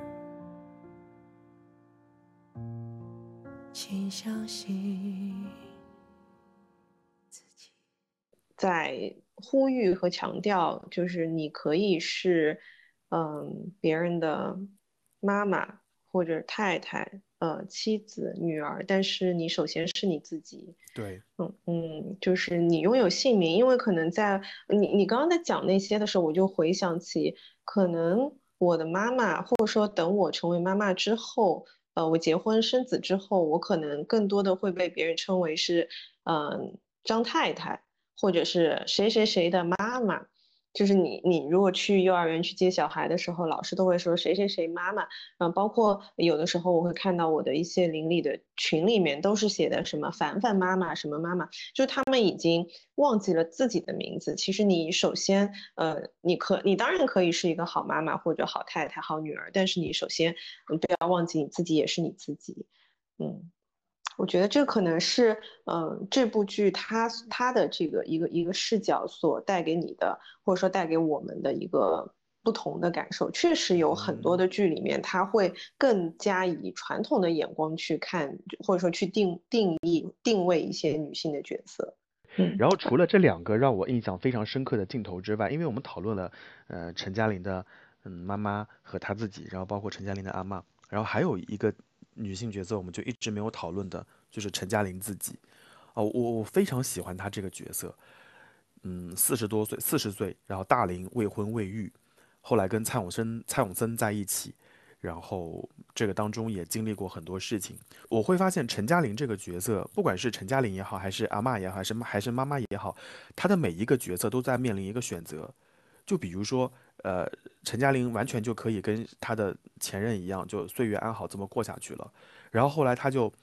请相信自己。在呼吁和强调，就是你可以是，嗯，别人的妈妈或者太太、呃，妻子、女儿，但是你首先是你自己。 对。 嗯嗯，就是你拥有姓名，因为可能在你你刚刚在讲那些的时候，我就回想起，可能我的妈妈，或者说等我成为妈妈之后，呃，我结婚生子之后，我可能更多的会被别人称为是，嗯、张太太。或者是谁谁谁的妈妈，就是你你如果去幼儿园去接小孩的时候，老师都会说谁谁谁妈妈，嗯，包括有的时候我会看到我的一些邻里的群里面都是写的什么凡凡妈妈什么妈妈，就他们已经忘记了自己的名字。其实你首先，呃，你可你当然可以是一个好妈妈或者好太太、好女儿，但是你首先，嗯，不要忘记你自己也是你自己，嗯。我觉得这可能是，嗯，这部剧它它的这个一个一个视角所带给你的，或者说带给我们的一个不同的感受。确实有很多的剧里面，它会更加以传统的眼光去看，或者说去定定义定位一些女性的角色。嗯， 然后除了这两个让我印象非常深刻的镜头之外，因为我们讨论了，呃，陈嘉玲的嗯妈妈和她自己，然后包括陈嘉玲的阿嬷，然后还有一个女性角色，我们就一直没有讨论的，就是陈嘉玲自己。哦，我我非常喜欢她这个角色。嗯，四十多岁，四十岁，然后大龄未婚未育，后来跟蔡永生蔡永森在一起，然后这个当中也经历过很多事情。我会发现陈嘉玲这个角色，不管是陈嘉玲也好，还是阿嬷也好，还是还是妈妈也好，她的每一个角色都在面临一个选择。就比如说，呃，陈嘉玲完全就可以跟她的前任一样，就岁月安好这么过下去了。然后后来她就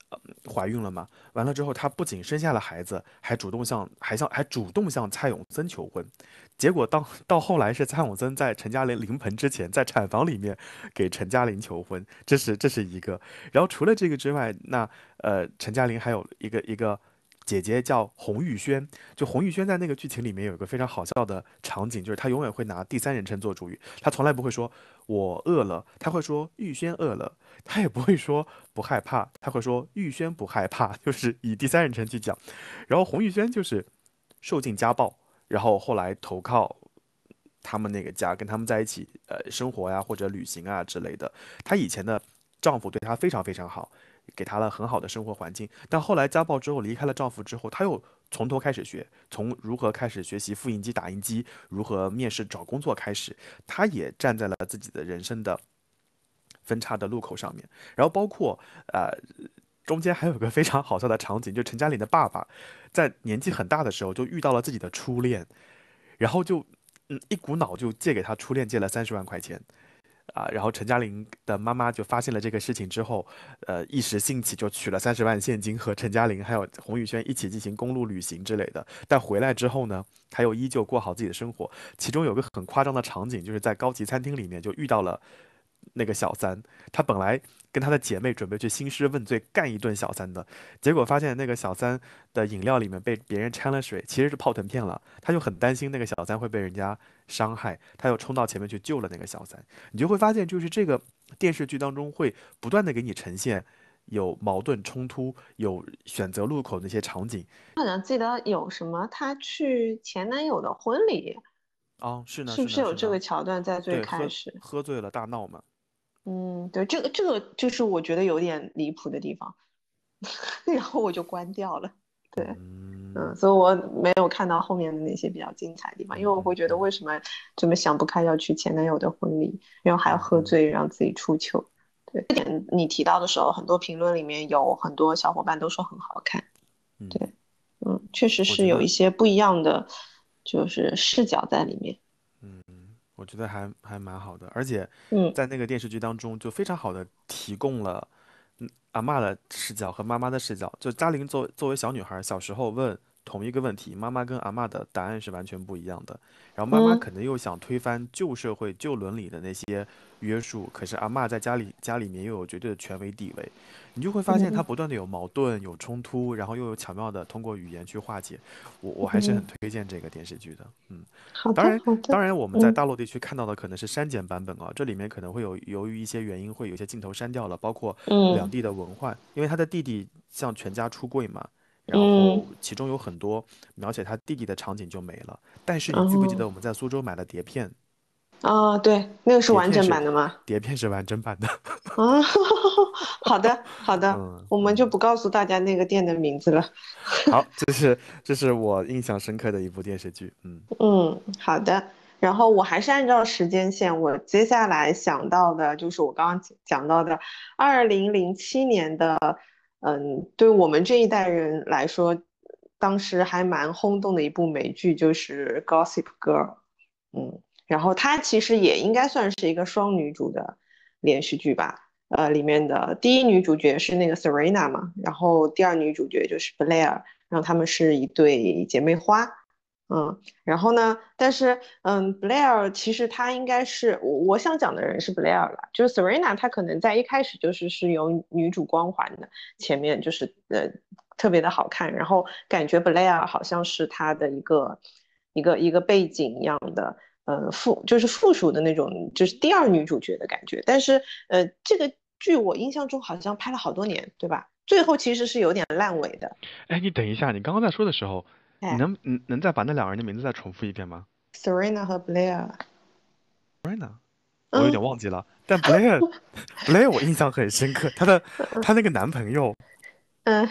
呃怀孕了嘛，完了之后她不仅生下了孩子，还主动向还向还主动向蔡永森求婚，结果到到后来是蔡永森在陈嘉玲临盆之前，在产房里面给陈嘉玲求婚，这是这是一个。然后除了这个之外，那呃陈嘉玲还有一个一个姐姐叫洪玉轩，就洪玉轩在那个剧情里面有一个非常好笑的场景，就是她永远会拿第三人称做主语，她从来不会说我饿了，她会说玉轩饿了，她也不会说不害怕，她会说玉轩不害怕，就是以第三人称去讲。然后洪玉轩就是受尽家暴，然后后来投靠他们那个家，跟他们在一起呃生活呀或者旅行啊之类的。她以前的丈夫对她非常非常好，给她了很好的生活环境。但后来家暴之后离开了丈夫之后，她又从头开始学，从如何开始学习复印机、打印机，如何面试找工作开始，她也站在了自己的人生的分叉的路口上面。然后包括呃中间还有个非常好笑的场景，就陈嘉玲的爸爸在年纪很大的时候就遇到了自己的初恋，然后就嗯一股脑就借给他初恋借了三十万块钱。啊，然后陈嘉玲的妈妈就发现了这个事情之后，呃，一时兴起就取了三十万现金，和陈嘉玲还有洪宇轩一起进行公路旅行之类的。但回来之后呢，他又依旧过好自己的生活。其中有个很夸张的场景，就是在高级餐厅里面就遇到了那个小三，他本来跟他的姐妹准备去兴师问罪干一顿小三的，结果发现那个小三的饮料里面被别人掺了水，其实是泡腾片了，他就很担心那个小三会被人家伤害，他又冲到前面去救了那个小三。你就会发现，就是这个电视剧当中会不断的给你呈现有矛盾冲突、有选择路口的那些场景。 好像记得有什么她去前男友的婚礼， 啊，是呢， 是不是呢，是呢， 是有这个桥段在最对，喝开始？ 喝醉了大闹嘛。 嗯，对，这个这个就是我觉得有点离谱的地方，然后我就关掉了。对。 嗯嗯，所以我没有看到后面的那些比较精彩的地方，因为嗯我会觉得嗯嗯为什么这么想不开要去前男友的婚礼，然后还要嗯嗯喝醉让自己出糗。对，这点你提到的时候，很多评论里面有很多小伙伴都说很好看。 嗯， 对，嗯，确实是有一我觉得些不一样的，就是视角在里面。 嗯，我觉得还还蛮好的，而且嗯在那个电视剧当中，就非常好的提供了嗯阿嬷的视角和妈妈的视角。就嘉玲作作为小女孩，小时候问同一个问题，妈妈跟阿嬷的答案是完全不一样的。然后妈妈嗯可能又想推翻旧社会、旧伦理的那些约束，可是阿嬷在家里家里面又有绝对的权威地位，你就会发现她嗯不断的有矛盾、有冲突，然后又有巧妙的通过语言去化解。我我还是很嗯， 推荐这个电视剧的，嗯。 好的当然， 好的。 当然，我们在嗯大陆地区看到的可能是删减版本啊，这里面可能会有由于一些原因，会有一些镜头删掉了，包括两嗯地的文化，因为他的弟弟向全家出柜嘛，然后嗯， 其中有很多描写他弟弟的场景就没了。但是你记不记得然后我们在苏州买的碟片？ 啊，对，那个是完碟片是整版的吗？ 碟片是完整版的。 啊，好的好的， 嗯我们就嗯， 不告诉大家那个店的名字了。 好，这是这是我印象深刻的一部电视剧。嗯嗯，好的。然后我还是按照时间线，我接下来想到的就是我刚刚讲讲到的，二零零七年的，嗯，对我们这一代人来说，当时还蛮轰动的一部美剧，就是《Gossip Girl》。嗯，然后它其实也应该算是一个双女主的连续剧吧。呃，里面的第一女主角是那个 Serena 嘛，然后第二女主角就是 Blair，然后她们是一对姐妹花。嗯，然后呢，但是嗯，Blair 其实她应该是我我想讲的人是 Blair 了，就是 Serena 她可能在一开始就是是有女主光环的，前面就是呃特别的好看，然后感觉 Blair 好像是她的一个一个一个背景一样的，呃附就是附属的那种，就是第二女主角的感觉，但是呃这个剧我印象中好像拍了好多年，对吧？最后其实是有点烂尾的。 哎，你等一下，你刚刚在说的时候，你哎能能能再把那两个人的名字再重复一遍吗 ，Serena 和 Blair。 ？Brenna，我有点嗯忘记了，但 Blair，Blair 我印象很深刻，她的她那个男朋友嗯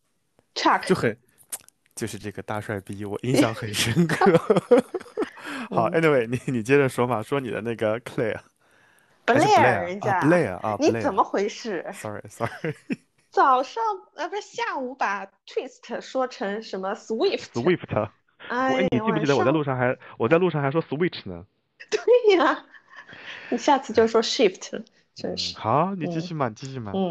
，Chuck。 就很就是这个大帅逼，我印象很深刻。好嗯 ，Anyway，你你接着说嘛，说你的那个 Claire 还是 ，Blair Blair 啊人家， ，Blair 啊你怎么 ，Blair，sorry 回事？ sorry， 早上呃不是下午把 twist 说成什么 Swift？ Swift，我哎， 哎， 你记不记得我在路晚上上还我在路上还说 Switch 呢？ 对呀，你下次就说 shift，真嗯， 是。 好，你继嗯续嘛，你继续嘛。 嗯，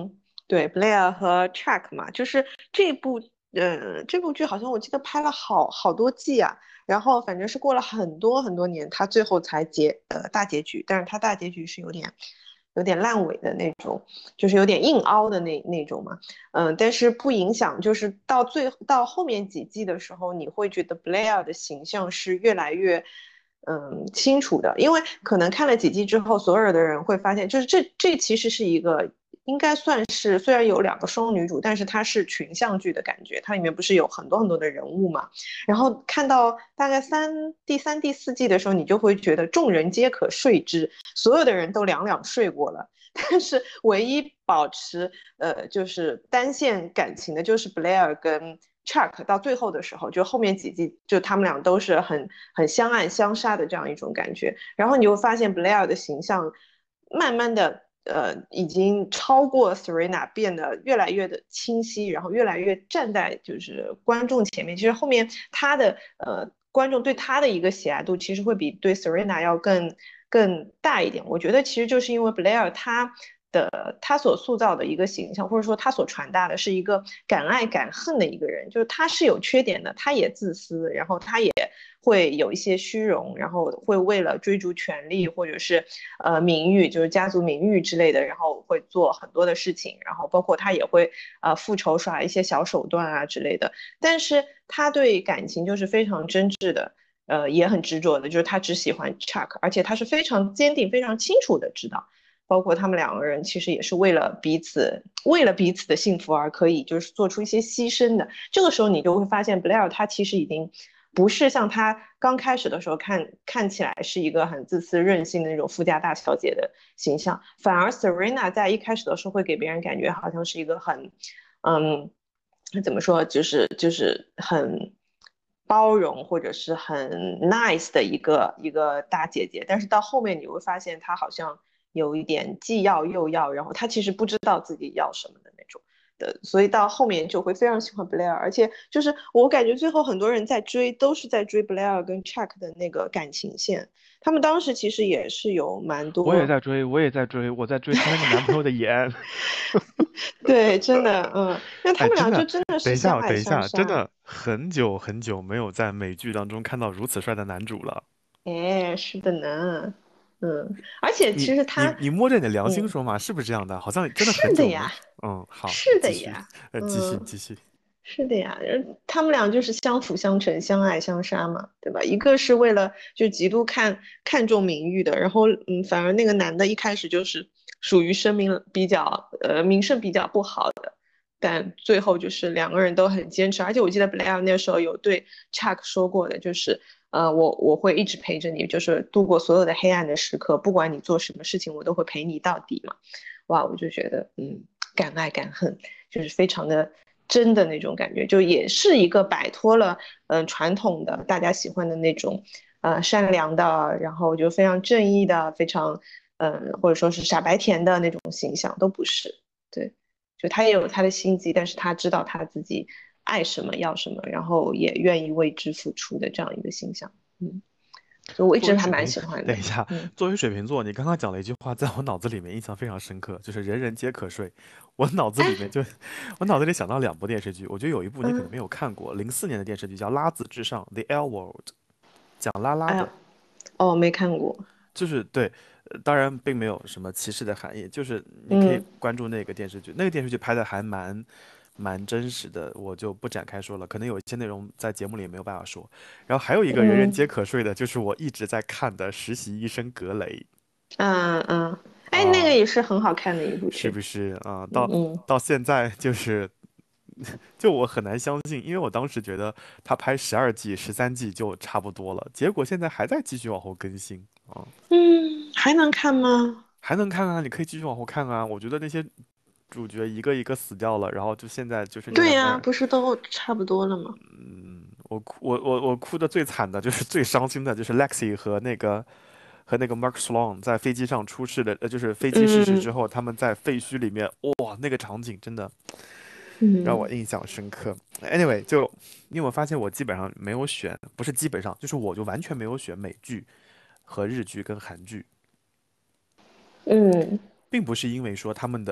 对，Blair 和 Chuck 嘛，就是这部，呃，这部剧好像我记得拍了好好多季啊，然后反正是过了很多很多年，他最后才结呃大结局，但是他大结局是有点有点烂尾的那种，就是有点硬凹的那那种嘛，嗯、但是不影响，就是到最到后面几季的时候，你会觉得 Blair 的形象是越来越。嗯，清楚的，因为可能看了几季之后，所有的人会发现，就是这这其实是一个应该算是虽然有两个双女主，但是它是群像剧的感觉，它里面不是有很多很多的人物嘛。然后看到大概三第三、第四季的时候，你就会觉得众人皆可睡之，所有的人都两两睡过了，但是唯一保持呃就是单线感情的，就是 Blair 跟 Chuck 到最后的时候，就后面几季，就他们俩都是很很相爱相杀的这样一种感觉。然后你会发现 Blair 的形象慢慢的呃已经超过 Serena， 变得越来越的清晰，然后越来越站在就是观众前面。其实后面他的呃观众对他的一个喜爱度，其实会比对 Serena 要更更大一点。我觉得其实就是因为 Blair 他。的他所塑造的一个形象，或者说他所传达的是一个敢爱敢恨的一个人，就是他是有缺点的，他也自私，然后他也会有一些虚荣，然后会为了追逐权力或者是呃名誉，就是家族名誉之类的，然后会做很多的事情，然后包括他也会呃复仇耍一些小手段啊之类的，但是他对感情就是非常真挚的。呃，也很执着的，就是他只喜欢 Chuck，而且他是非常坚定、非常清楚的知道，包括他们两个人其实也是为了彼此，为了彼此的幸福而可以就是做出一些牺牲的。这个时候你就会发现，Blair 他其实已经不是像他刚开始的时候看看起来是一个很自私任性的那种富家大小姐的形象，反而 Serena 在一开始的时候会给别人感觉好像是一个很，嗯，怎么说，就是就是很。包容或者是很 nice 的一个一个大姐姐，但是到后面你会发现她好像有一点既要又要，然后她其实不知道自己要什么的那种的，所以到后面就会非常喜欢 Blair，而且就是我感觉最后很多人在追，都是在追 Blair 跟 Chuck 的那个感情线，他们当时其实也是有蛮我也多， 在追，我也在追，我在追三个男朋友的颜。 对，真的，嗯，那他哎， 们俩就真的， 真的是等一下， 相爱等一下，真相杀， 的很久很久没有在美剧当中看到如此帅的男主了。 哎，是的呢，嗯，而且你你其实他， 你摸着你的良心嗯， 说嘛，是不是这样的？好像真的很久没…… 是的呀。 嗯，好， 是的继续， 呀， 呃，继续嗯， 继续。 是的呀，人他们俩就是相辅相成、相爱相杀嘛，对吧？一个是为了就极度看看重名誉的，然后嗯，反而那个男的一开始就是属于声名比较呃名声比较不好的，但最后就是两个人都很坚持，而且我记得 Blair 那时候有对 Chuck 说过的，就是呃我我会一直陪着你，就是度过所有的黑暗的时刻，不管你做什么事情，我都会陪你到底嘛。哇，我就觉得嗯，敢爱敢恨。就是非常的真的那种感觉，就也是一个摆脱了嗯、呃传统的大家喜欢的那种呃善良的，然后就非常正义的，非常嗯、呃或者说是傻白甜的那种形象都不是，对，就他也有他的心机，但是他知道他自己爱什么要什么，然后也愿意为之付出的这样一个形象，嗯，所以我一直还蛮作为水瓶， 喜欢的， 等一下， 嗯作为水瓶座，你刚刚讲了一句话，在我脑子里面印象非常深刻，就是人人皆可睡。我脑子里面就，我脑子里想到两部电视剧，我觉得有一部你可能嗯， 没有看过，零四年的电视剧叫《拉子至上》（The L World），讲拉拉的。 哎呀，哦，没看过， 就是对，呃当然并没有什么歧视的含义，就是你可以嗯关注那个电视剧，那个电视剧拍的还蛮蛮真实的，我就不展开说了，可能有一些内容在节目里也没有办法说。然后还有一个人人嗯。 皆可睡的，就是我一直在看的《实习医生格雷》 嗯嗯，哎，那个啊， 也是很好看的一部剧。 是不是啊？到嗯到现在就是就我很难相信，因为我当时觉得他拍十二季、十三季就差不多了，结果现在还在继续往后更新啊。 嗯，还能看吗？ 还能看啊，你可以继续往后看啊。我觉得那些主角一个一个死掉了，然后就现在就剩下对呀， 两个人。 不是都差不多了吗？ 嗯，我哭，我我我哭的最惨的就是最伤心的，就是 Lexi 和那个和那个 Mark Sloan 在飞机上出事的，呃，就是飞机失事之嗯后，他们在废墟里面，哇，那个场景真的让我嗯印象深刻。Anyway，就因为我发现我基本上没有选，不是基本上，就是我就完全没有选美剧和日剧跟韩剧。 嗯并不是因为说他们的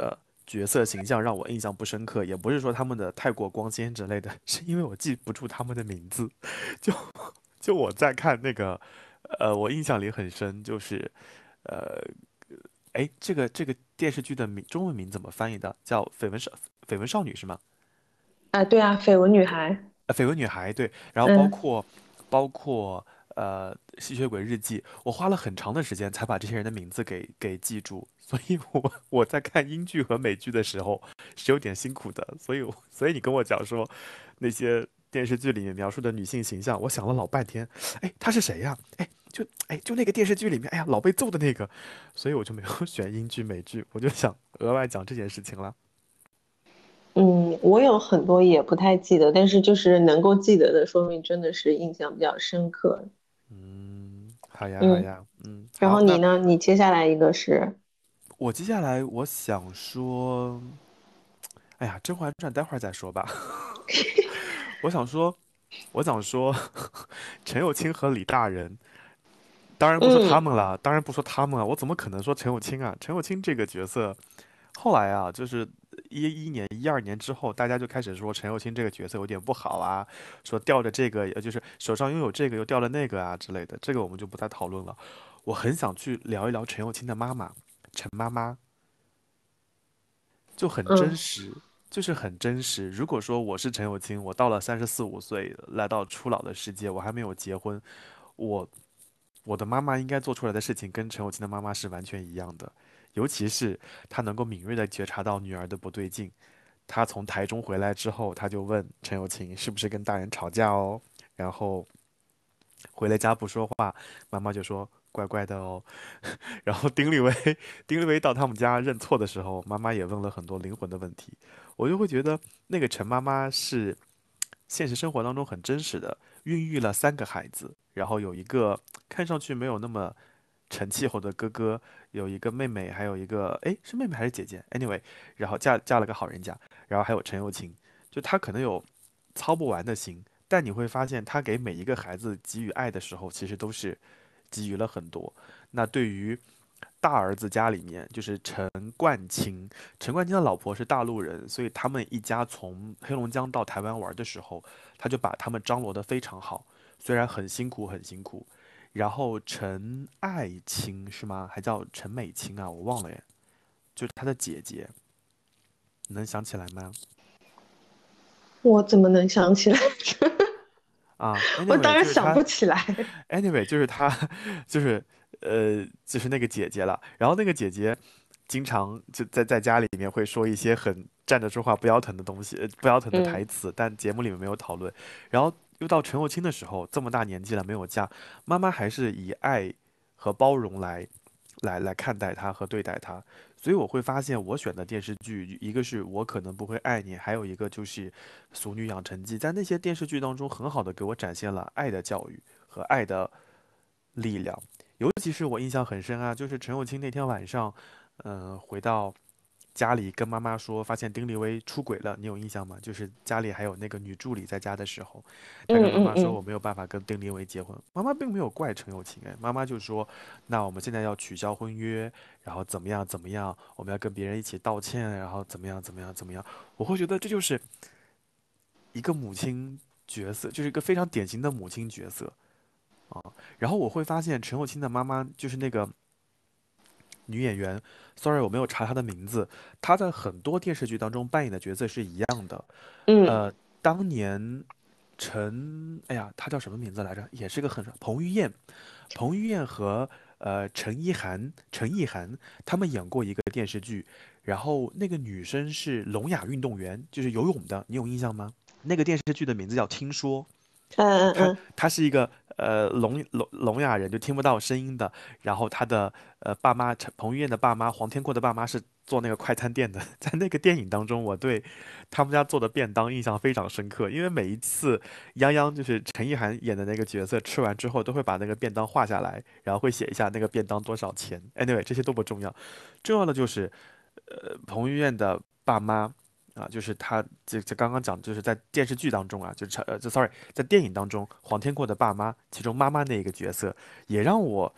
角色形象让我印象不深刻，也不是说他们的太过光鲜之类的，是因为我记不住他们的名字。就就我在看那个，呃，我印象里很深，就是呃，哎，这个这个电视剧的名中文名怎么翻译的？叫《绯闻少绯闻少女》是吗？ 啊，对啊，绯闻女孩， 呃，绯闻女孩对，然后包嗯括包括呃吸血鬼日记，我花了很长的时间才把这些人的名字给给记住，所以我我在看英剧和美剧的时候是有点辛苦的，所以我所以你跟我讲说那些电视剧里面描述的女性形象，我想了老半天，哎，她是谁呀？哎，就哎就那个电视剧里面，哎呀老被揍的那个，所以我就没有选英剧美剧，我就想额外讲这件事情了。 嗯，我有很多也不太记得，但是就是能够记得的，说明真的是印象比较深刻。 嗯，好呀好嗯， 呀，嗯， 然好，那后你呢？你接下来一个是， 我接下来我想说，哎呀，《甄嬛传》待会儿再说吧。我想说，我想说，陈友卿和李大人，当然不说他嗯们了，当然不说他们了，我怎么可能说陈友卿啊？陈友卿这个角色，后来啊，就是一一年、一二年之后，大家就开始说陈友卿这个角色有点不好啊，说吊着这个，呃就是手上拥有这个又吊了那个啊之类的，这个我们就不再讨论了。我很想去聊一聊陈友卿的妈妈，陈妈妈。就很真嗯， 实，就是很真实。如果说我是陈友卿，我到了三十四五岁，来到初老的世界，我还没有结婚，我我的妈妈应该做出来的事情跟陈友卿的妈妈是完全一样的，尤其是她能够敏锐地觉察到女儿的不对劲。她从台中回来之后，她就问陈友卿是不是跟大人吵架哦，然后回了家不说话，妈妈就说乖乖的哦。然后丁立威，丁立威到他们家认错的时候，妈妈也问了很多灵魂的问题，我就会觉得那个陈妈妈是现实生活当中很真实的，孕育了三个孩子，然后有一个看上去没有那么成气候的哥哥，有一个妹妹，还有一个，诶，是妹妹还是姐姐？Anyway，然后嫁嫁了个好人家，然后还有陈友琴，就她可能有操不完的心，但你会发现她给每一个孩子给予爱的时候，其实都是给予了很多。那对于大儿子家里面，就是陈冠清，陈冠清的老婆是大陆人，所以他们一家从黑龙江到台湾玩的时候，他就把他们张罗得非常好，虽然很辛苦很辛苦。然后陈爱卿是吗？还叫陈美清啊？我忘了耶，就是他的姐姐，你能想起来吗？ 我怎么能想起来？ 啊我 ，anyway， 当然想就是他不起来。 ，anyway，就是他，就是呃，就是那个姐姐了。然后那个姐姐经常就在在家里面会说一些很站着说话不腰疼的东西，呃不腰疼的台嗯词，但节目里面没有讨论。然后又到陈幼卿的时候，这么大年纪了没有嫁，妈妈还是以爱和包容来来来看待她和对待她。所以我会发现，我选的电视剧，一个是我可能不会爱你，还有一个就是《俗女养成记》，在那些电视剧当中，很好的给我展现了爱的教育和爱的力量。尤其是我印象很深啊，就是陈友卿那天晚上，嗯、回到家里跟妈妈说，发现丁立威出轨了，你有印象吗？就是家里还有那个女助理在家的时候，他跟嗯妈妈说我嗯嗯没有办法跟丁立威结婚，妈妈并没有怪陈友卿，哎，妈妈就说，那我们现在要取消婚约，然后怎么样怎么样，我们要跟别人一起道歉，然后怎么样怎么样怎么样，我会觉得这就是一个母亲角色，就是一个非常典型的母亲角色啊。然后我会发现陈友卿的妈妈就是那个女演员，sorry 我没有查她的名字，她在很多电视剧当中扮演的角色是一样的。 嗯呃，当年陈，哎呀，她叫什么名字来着？也是个很彭于晏，彭于晏和呃陈意涵，陈意涵他们演过一个电视剧，然后那个女生是聋哑运动员，就是游泳的，你有印象吗？那个电视剧的名字叫《听说》，他嗯嗯他是一个呃聋聋聋哑人，就听不到声音的。然后他的呃爸妈陈彭于晏的爸妈黄天阔的爸妈是做那个快餐店的。在那个电影当中，我对他们家做的便当印象非常深刻，因为每一次泱泱就是陈意涵演的那个角色吃完之后，都会把那个便当画下来，然后会写一下那个便当多少钱。Anyway，这些都不重要，重要的就是呃彭于晏的爸妈。啊，就是他这这刚刚讲，就是在电视剧当中啊，就成呃，就 sorry，在电影当中，黄天阔的爸妈，其中妈妈那一个角色，也让我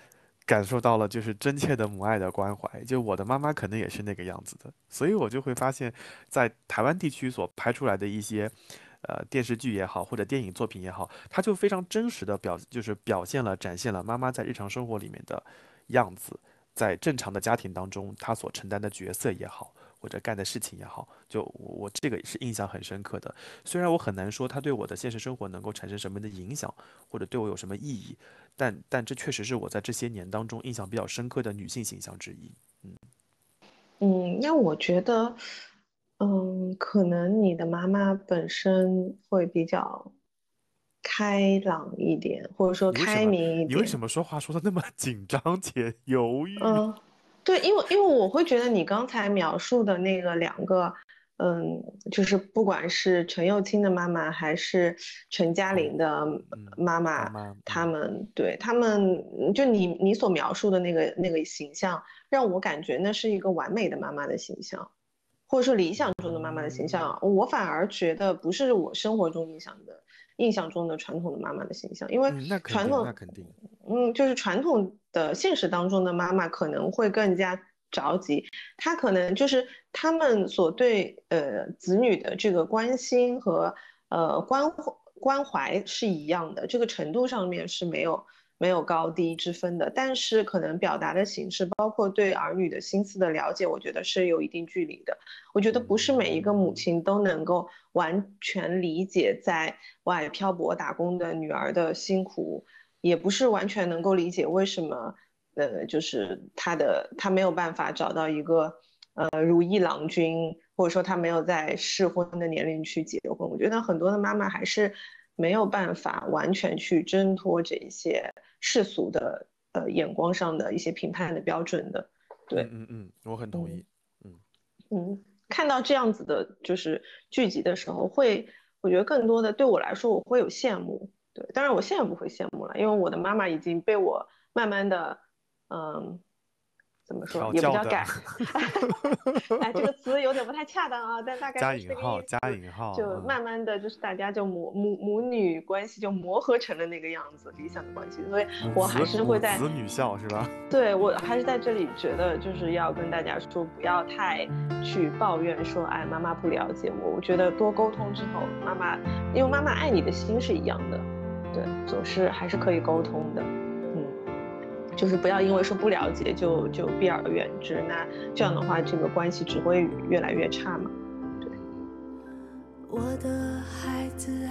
感受到了就是真切的母爱的关怀。就我的妈妈可能也是那个样子的，所以我就会发现，在台湾地区所拍出来的一些。呃，电视剧也好，或者电影作品也好，它就非常真实的表，就是表现了、展现了妈妈在日常生活里面的样子，在正常的家庭当中，她所承担的角色也好，或者干的事情也好，就我我这个是印象很深刻的。虽然我很难说它对我的现实生活能够产生什么样的影响，或者对我有什么意义，但但这确实是我在这些年当中印象比较深刻的女性形象之一。嗯， 嗯，那我觉得，嗯，可能你的妈妈本身会比较开朗一点，或者说开你为什么明一点。 你为什么说话说的那么紧张且犹豫？ 嗯，对，因为因为我会觉得你刚才描述的那个两个，嗯，就是不管是陈幼卿的妈妈还是陈嘉哦， 玲的嗯， 妈妈， 妈妈， 他嗯们对他们，就你你所描述的那个那个形象，让我感觉那是一个完美的妈妈的形象。或者说理想中的妈妈的形嗯象，我反而觉得不是我生活中印象的印象中的传统的妈妈的形象，因为嗯，那肯定，那传统， 肯定。 嗯，就是传统的现实当中的妈妈可能会更加着急，她可能就是他们所对呃子女的这个关心和呃关关怀是一样的，这个程度上面是没有没有高低之分的，但是可能表达的形式，包括对儿女的心思的了解，我觉得是有一定距离的。我觉得不是每一个母嗯亲都能够完全理解在外漂泊打工的女儿的辛苦，也不是完全能够理解为什么，呃，就是她的她没有办法找到一个呃如意郎君，或者说她没有在适婚的年龄去结婚。我觉得很多的妈妈还是没有办法完全去挣脱这一些世俗的呃眼光上的一些评判的标准的。对， 嗯嗯嗯，我很同嗯。 意。嗯嗯，看到这样子的，就是剧集的时候，会，我觉得更多的对我来说，我会有羡慕。对，当然我现在不会羡慕了，因为我的妈妈已经被我慢慢的，嗯，怎么说，也不调教的叫改，哎，这个词有点不太恰当啊，但大概加就是这个引号，加意思。 引号， 就嗯， 慢慢的就是大家就母母母女关系就磨合成了那个样子，理想的关系。所以我还母慈是会在母慈女孝是吧？ 对，我还是在这里觉得，就是要跟大家说，不要太去抱怨说，哎，妈妈不了解我。我觉得多沟通之后，妈妈，因为妈妈爱你的心是一样的，对，总是还是可以沟通的，嗯，就是不要因为说不了解就就避而远之，那这样的话，这个关系只会越来越差嘛。对， 我的孩子啊，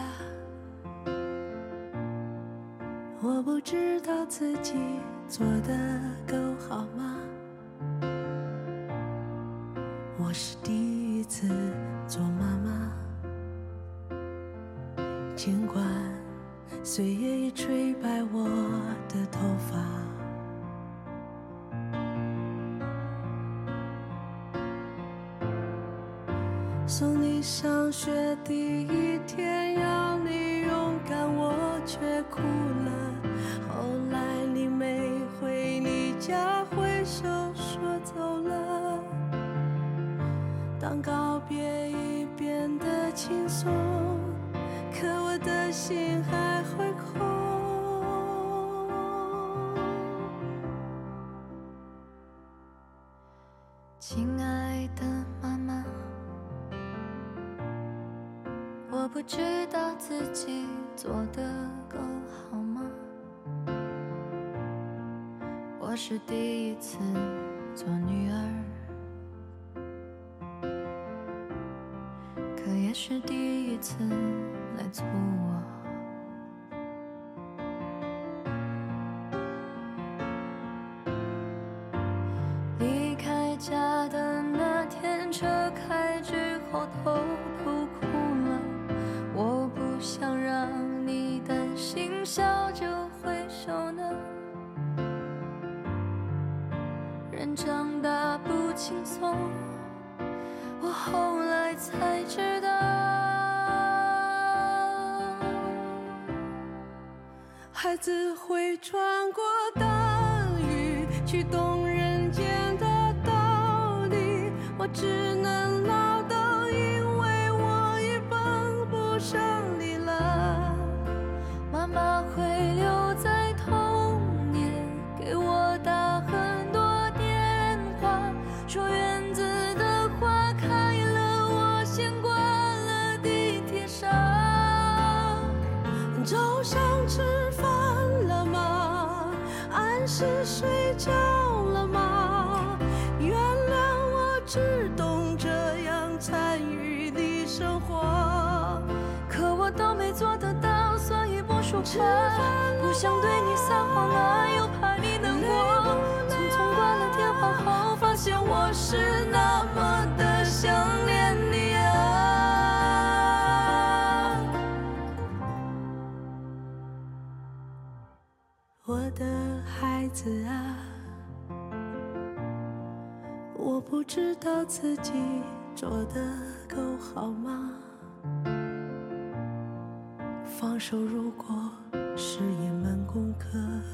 我不知道自己做得够好吗？我是第一次做妈妈，尽管岁月已吹白我的头发，送你上学第一天，要你勇敢，我却哭了。后来你没回你家，挥手说走了。当告别已变得轻松，可我的心还会空。亲爱的妈妈，我不知道自己做得够好吗？我是第一次做女儿，可也是第一次来做我。离开家的那天，车开之后头都哭了。我不想让你担心，笑着挥手呢。人长大不轻松，我后来才知道，孩子会穿过大雨，去懂人间的道理。我只能唠叨，因为我已帮不上你了。妈妈会留在童年，给我大是睡着了吗？原谅我只懂这样参与你生活，可我都没做得到，所以不说话。不想对你撒谎了，又怕你难过。匆匆挂了电话后，发现我是那么的想念你啊。我的孩子啊，我不知道自己做得够好吗？放手如果是一门功课，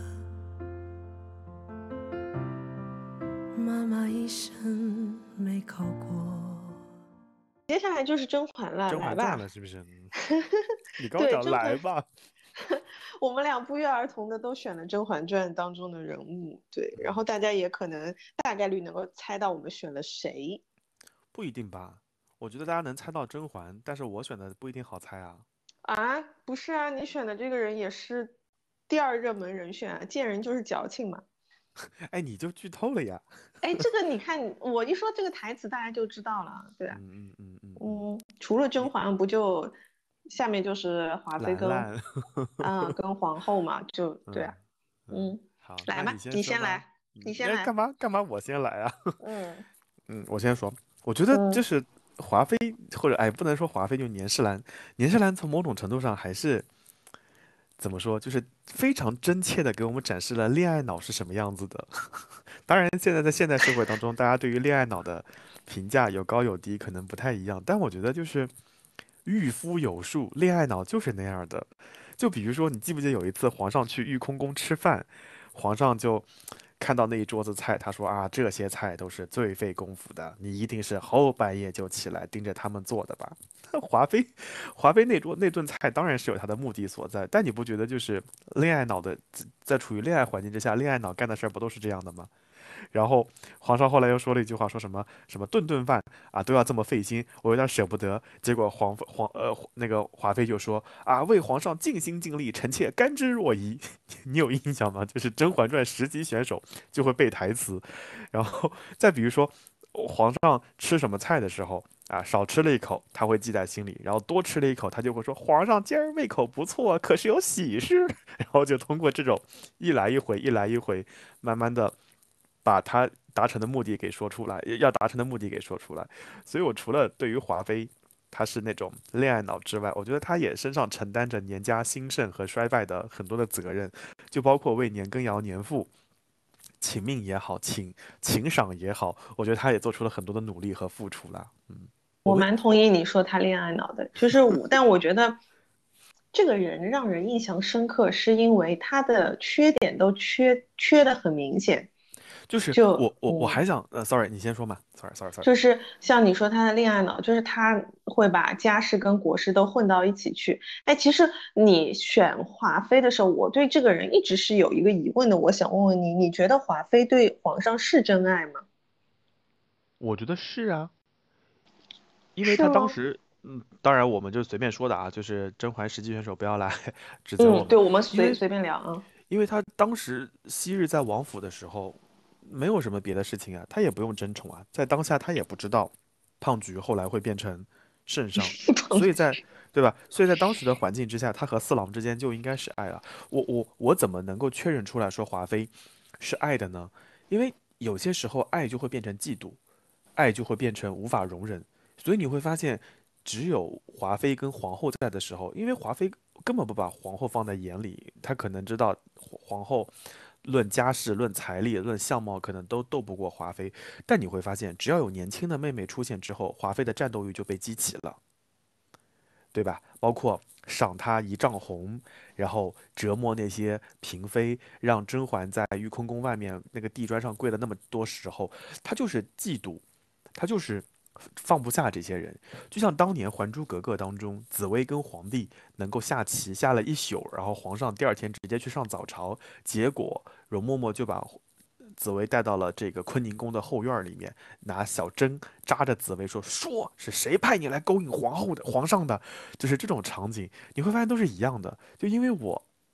妈妈一生没考过。 接下来就是甄嬛了，来吧。 甄嬛传了是不是？嗯你刚对讲甄嬛来吧， 我们俩不约而同的都选了《甄嬛传》当中的人物，对，然后大家也可能大概率能够猜到我们选了谁不一定吧？我觉得大家能猜到甄嬛，但是我选的不一定好猜啊。 啊？不是啊，你选的这个人也是第二热门人选啊，见人就是矫情嘛。 哎，你就剧透了呀。 哎，这个你看，我一说这个台词，大家就知道了，对啊。 嗯嗯嗯嗯嗯， 嗯，除了甄你嬛，不就下面就是华妃跟兰兰， 啊、跟皇后嘛，就对啊。 嗯嗯， 嗯， 好， 来吧， 那你先说吧。 你先来， 嗯， 你先来。 你要干嘛干嘛？我先来啊。 嗯嗯，我先说，我觉得就嗯。 是华妃或者哎，不能说华妃，就年世兰，年世兰从某种程度上还是怎么说，就是非常真切的给我们展示了恋爱脑是什么样子的。当然，现在在现代社会当中，大家对于恋爱脑的评价有高有低，可能不太一样。但我觉得就是御夫有术，恋爱脑就是那样的。就比如说，你记不记得有一次皇上去玉空宫吃饭，皇上就看到那一桌子菜，他说啊，这些菜都是最费功夫的，你一定是后半夜就起来盯着他们做的吧？华妃，华妃那桌那顿菜当然是有它的目的所在，但你不觉得就是恋爱脑的，在处于恋爱环境之下，恋爱脑干的事儿不都是这样的吗？然后皇上后来又说了一句话，说什么什么顿顿饭啊都要这么费心，我有点舍不得。结果皇皇呃那个华妃就说啊，为皇上尽心尽力，臣妾甘之若饴。你有印象吗？就是《甄嬛传》十级选手就会背台词。然后再比如说，皇上吃什么菜的时候。啊，少吃了一口，他会记在心里；然后多吃了一口，他就会说：“皇上今儿胃口不错，可是有喜事。”然后就通过这种一来一回、一来一回，慢慢的把他达成的目的给说出来，要达成的目的给说出来。所以我除了对于华妃她是那种恋爱脑之外，我觉得她也身上承担着年家兴盛和衰败的很多的责任，就包括为年羹尧年富请命也好，请请赏也好，我觉得她也做出了很多的努力和付出啦。嗯，我们我蛮同意你说他恋爱脑的，就是我，但我觉得这个人让人印象深刻，是因为他的缺点都缺缺的很明显。 就是就我我我嗯， 还想呃，sorry，你先说嘛，sorry sorry sorry。 就是像你说他的恋爱脑，就是他会把家事跟国事都混到一起去。哎，其实你选华妃的时候，我对这个人一直是有一个疑问的，我想问问你，你觉得华妃对皇上是真爱吗？ 我觉得是啊，因为他当是吗？ 时，嗯，当然我们就随便说的啊，就是甄嬛实际选手不要来指责我嗯， 们， 对，我们因为随随便聊啊。 因为他当时昔日在王府的时候，没有什么别的事情啊，他也不用争宠啊，在当下他也不知道胖菊后来会变成圣上，所以在对吧？所以在当时的环境之下，他和四郎之间就应该是爱了。我我我怎么能够确认出来说华妃是爱的呢？因为有些时候爱就会变成嫉妒，爱就会变成无法容忍，所以你会发现，只有华妃跟皇后在的时候，因为华妃根本不把皇后放在眼里，她可能知道皇后论家世、论财力、论相貌，可能都斗不过华妃。但你会发现，只要有年轻的妹妹出现之后，华妃的战斗欲就被激起了，对吧？包括赏她一丈红，然后折磨那些嫔妃，让甄嬛在玉空宫外面那个地砖上跪了那么多时候，她就是嫉妒，她就是放不下这些人。就像当年《还珠格格》当中，紫薇跟皇帝能够下棋下了一宿，然后皇上第二天直接去上早朝，结果容嬷嬷就把紫薇带到了这个坤宁宫的后院里面，拿小针扎着紫薇说：“说是谁派你来勾引皇后的、皇上的？”就是这种场景，你会发现都是一样的。就因为我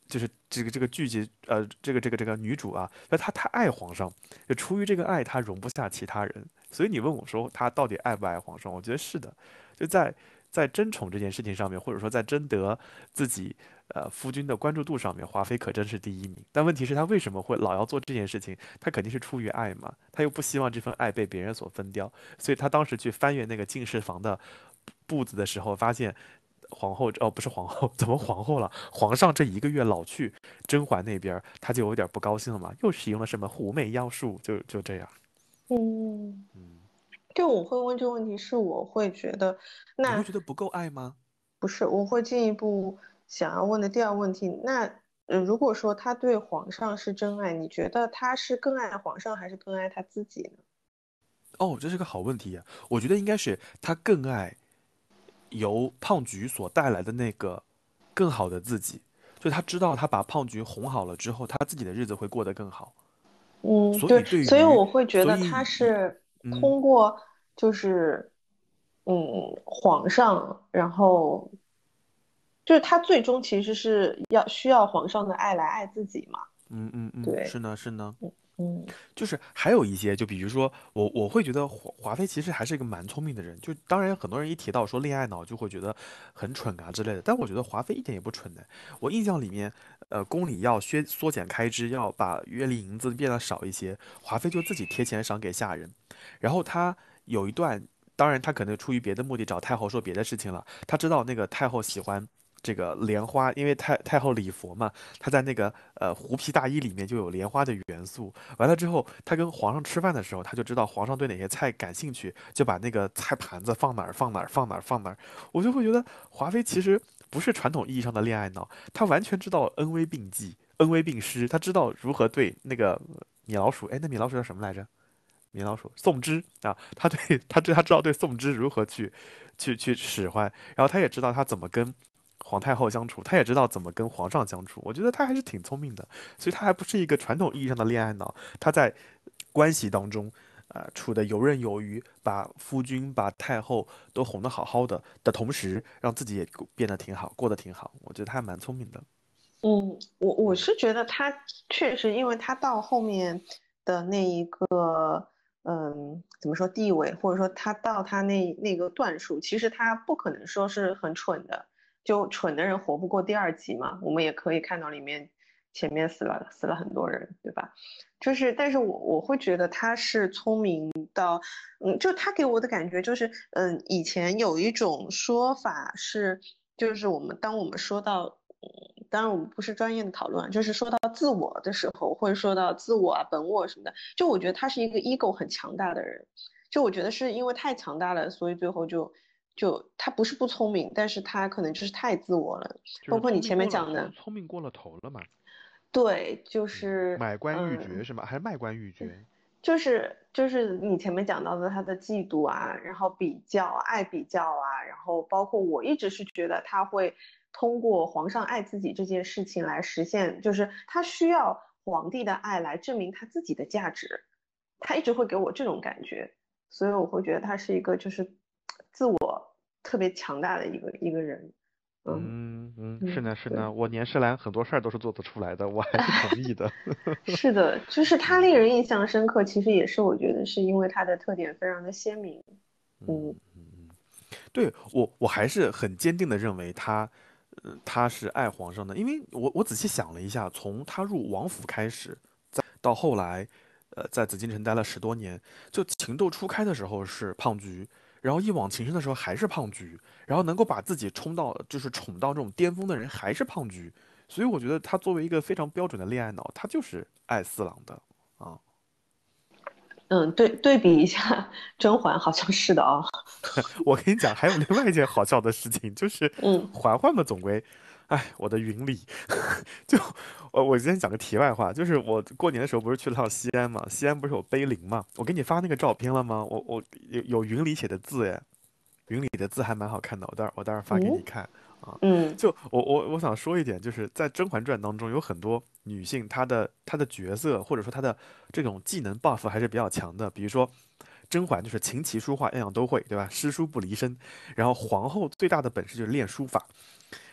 就是这个这个剧集，呃，这个这个这个女主啊，那她太爱皇上，就出于这个爱，她容不下其他人。所以你问我说她到底爱不爱皇上，我觉得是的，就在在争宠这件事情上面，或者说在争得自己呃夫君的关注度上面，华妃可真是第一名。但问题是她为什么会老要做这件事情？她肯定是出于爱嘛，她又不希望这份爱被别人所分掉，所以她当时去翻阅那个进士房的簿子的时候，发现皇后哦不是皇后，怎么皇后了？皇上这一个月老去甄嬛那边，他就有点不高兴了嘛，又使用了什么狐媚妖术，就就这样。 嗯， 嗯， 就我会问这个问题，是我会觉得， 你会那觉得不够爱吗？ 不是，我会进一步想要问的第二个问题，那呃，如果说他对皇上是真爱，你觉得他是更爱皇上，还是更爱他自己呢？ 哦，这是个好问题呀。我觉得应该是他更爱由胖菊所带来的那个更好的自己，就他知道他把胖菊哄好了之后，他自己的日子会过得更好。 嗯， 所以对，所以对于， 我会觉所得他以以是嗯通过就是嗯皇上，然后就是他最终其实是要需要皇上的爱来爱自己嘛。 嗯嗯嗯，是对， 呢是呢。 嗯嗯就是还有一些，就比如说我我会觉得华华妃其实还是一个蛮聪明的人，就当然很多人一提到说恋爱脑就会觉得很蠢啊之类的，但我觉得华妃一点也不蠢的。我印象里面，呃，宫里要削缩减开支，要把月例银子变得少一些，华妃就自己贴钱赏给下人，然后她有一段。当然，她可能出于别的目的找太后说别的事情了。她知道那个太后喜欢这个莲花，因为太太后礼佛嘛，她在那个呃狐皮大衣里面就有莲花的元素。完了之后，他跟皇上吃饭的时候，他就知道皇上对哪些菜感兴趣，就把那个菜盘子放哪儿放哪儿放哪儿放哪儿。我就会觉得华妃其实不是传统意义上的恋爱脑，她完全知道恩威并济、恩威并施，她知道如何对那个米老鼠，哎，那米老鼠叫什么来着？米老鼠宋芝啊，他对他对他知道对宋芝如何去去去使唤，然后他也知道他怎么跟皇太后相处，他也知道怎么跟皇上相处。我觉得他还是挺聪明的，所以他还不是一个传统意义上的恋爱脑，他在关系当中。呃，处的游刃有余，把夫君、把太后都哄得好好的的同时，让自己也变得挺好，过得挺好。我觉得他还蛮聪明的。 嗯，我我嗯是觉得他确实，因为他到后面的那一个，嗯，怎么说地位，或者说他到他那那个段数，其实他不可能说是很蠢的，就蠢的人活不过第二集嘛。我们也可以看到里面前面死了死了很多人，对吧？就是，但是我我会觉得他是聪明到，嗯，就他给我的感觉就是，嗯，以前有一种说法是，就是我们当我们说到。嗯，当然我们不是专业的讨论啊，就是说到自我的时候，会说到自我啊、本我什么的。就我觉得他是一个 ego 很强大的人，就我觉得是因为太强大了，所以最后就就他不是不聪明，但是他可能就是太自我了。 就是包括你前面聪明过了，就是讲的， 聪明过了头了嘛。 对，就嗯， 是买官鬻爵嗯。 是吗？还是卖官鬻爵？ 就是就是你前面讲到的他的嫉妒啊，然后比较啊爱比较啊，然后包括我一直是觉得他会通过皇上爱自己这件事情来实现，就是他需要皇帝的爱来证明他自己的价值，他一直会给我这种感觉，所以我会觉得他是一个就是自我特别强大的一个一个人，嗯嗯嗯，是嗯， 呢是呢， 对。 我年世兰很多事儿都是做得出来的，我还是同意的。 是的，就是他嗯令人印象深刻，其实也是我觉得是因为他的特点非常的鲜明。嗯嗯嗯嗯，对，我我还是很坚定的认为他，呃，他是爱皇上的，因为我我仔细想了一下，从他入王府开始，到后来，呃，在紫禁城待了十多年，就情窦初开的时候是胖菊，然后一往情深的时候还是胖菊，然后能够把自己冲到就是宠到这种巅峰的人还是胖菊，所以我觉得他作为一个非常标准的恋爱脑，他就是爱四郎的啊。 嗯，对，对比一下甄嬛，好像是的哦。 我跟你讲，还有另外一件好笑的事情，就是嗯嬛嬛嘛，总归，哎，我的云里，就我我今天讲个题外话，就是我过年的时候不是去了趟西安嘛，西安不是有碑林嘛，我给你发那个照片了吗？我我有有云里写的字哎，云里的字还蛮好看的，我待会儿我待会儿发给你嗯看啊。 嗯就我我我想说一点，就是在《甄嬛传》当中，有很多女性，她的她的角色或者说她的这种技能 buff 还是比较强的。比如说甄嬛就是琴棋书画样样都会，对吧？诗书不离身。然后皇后最大的本事就是练书法。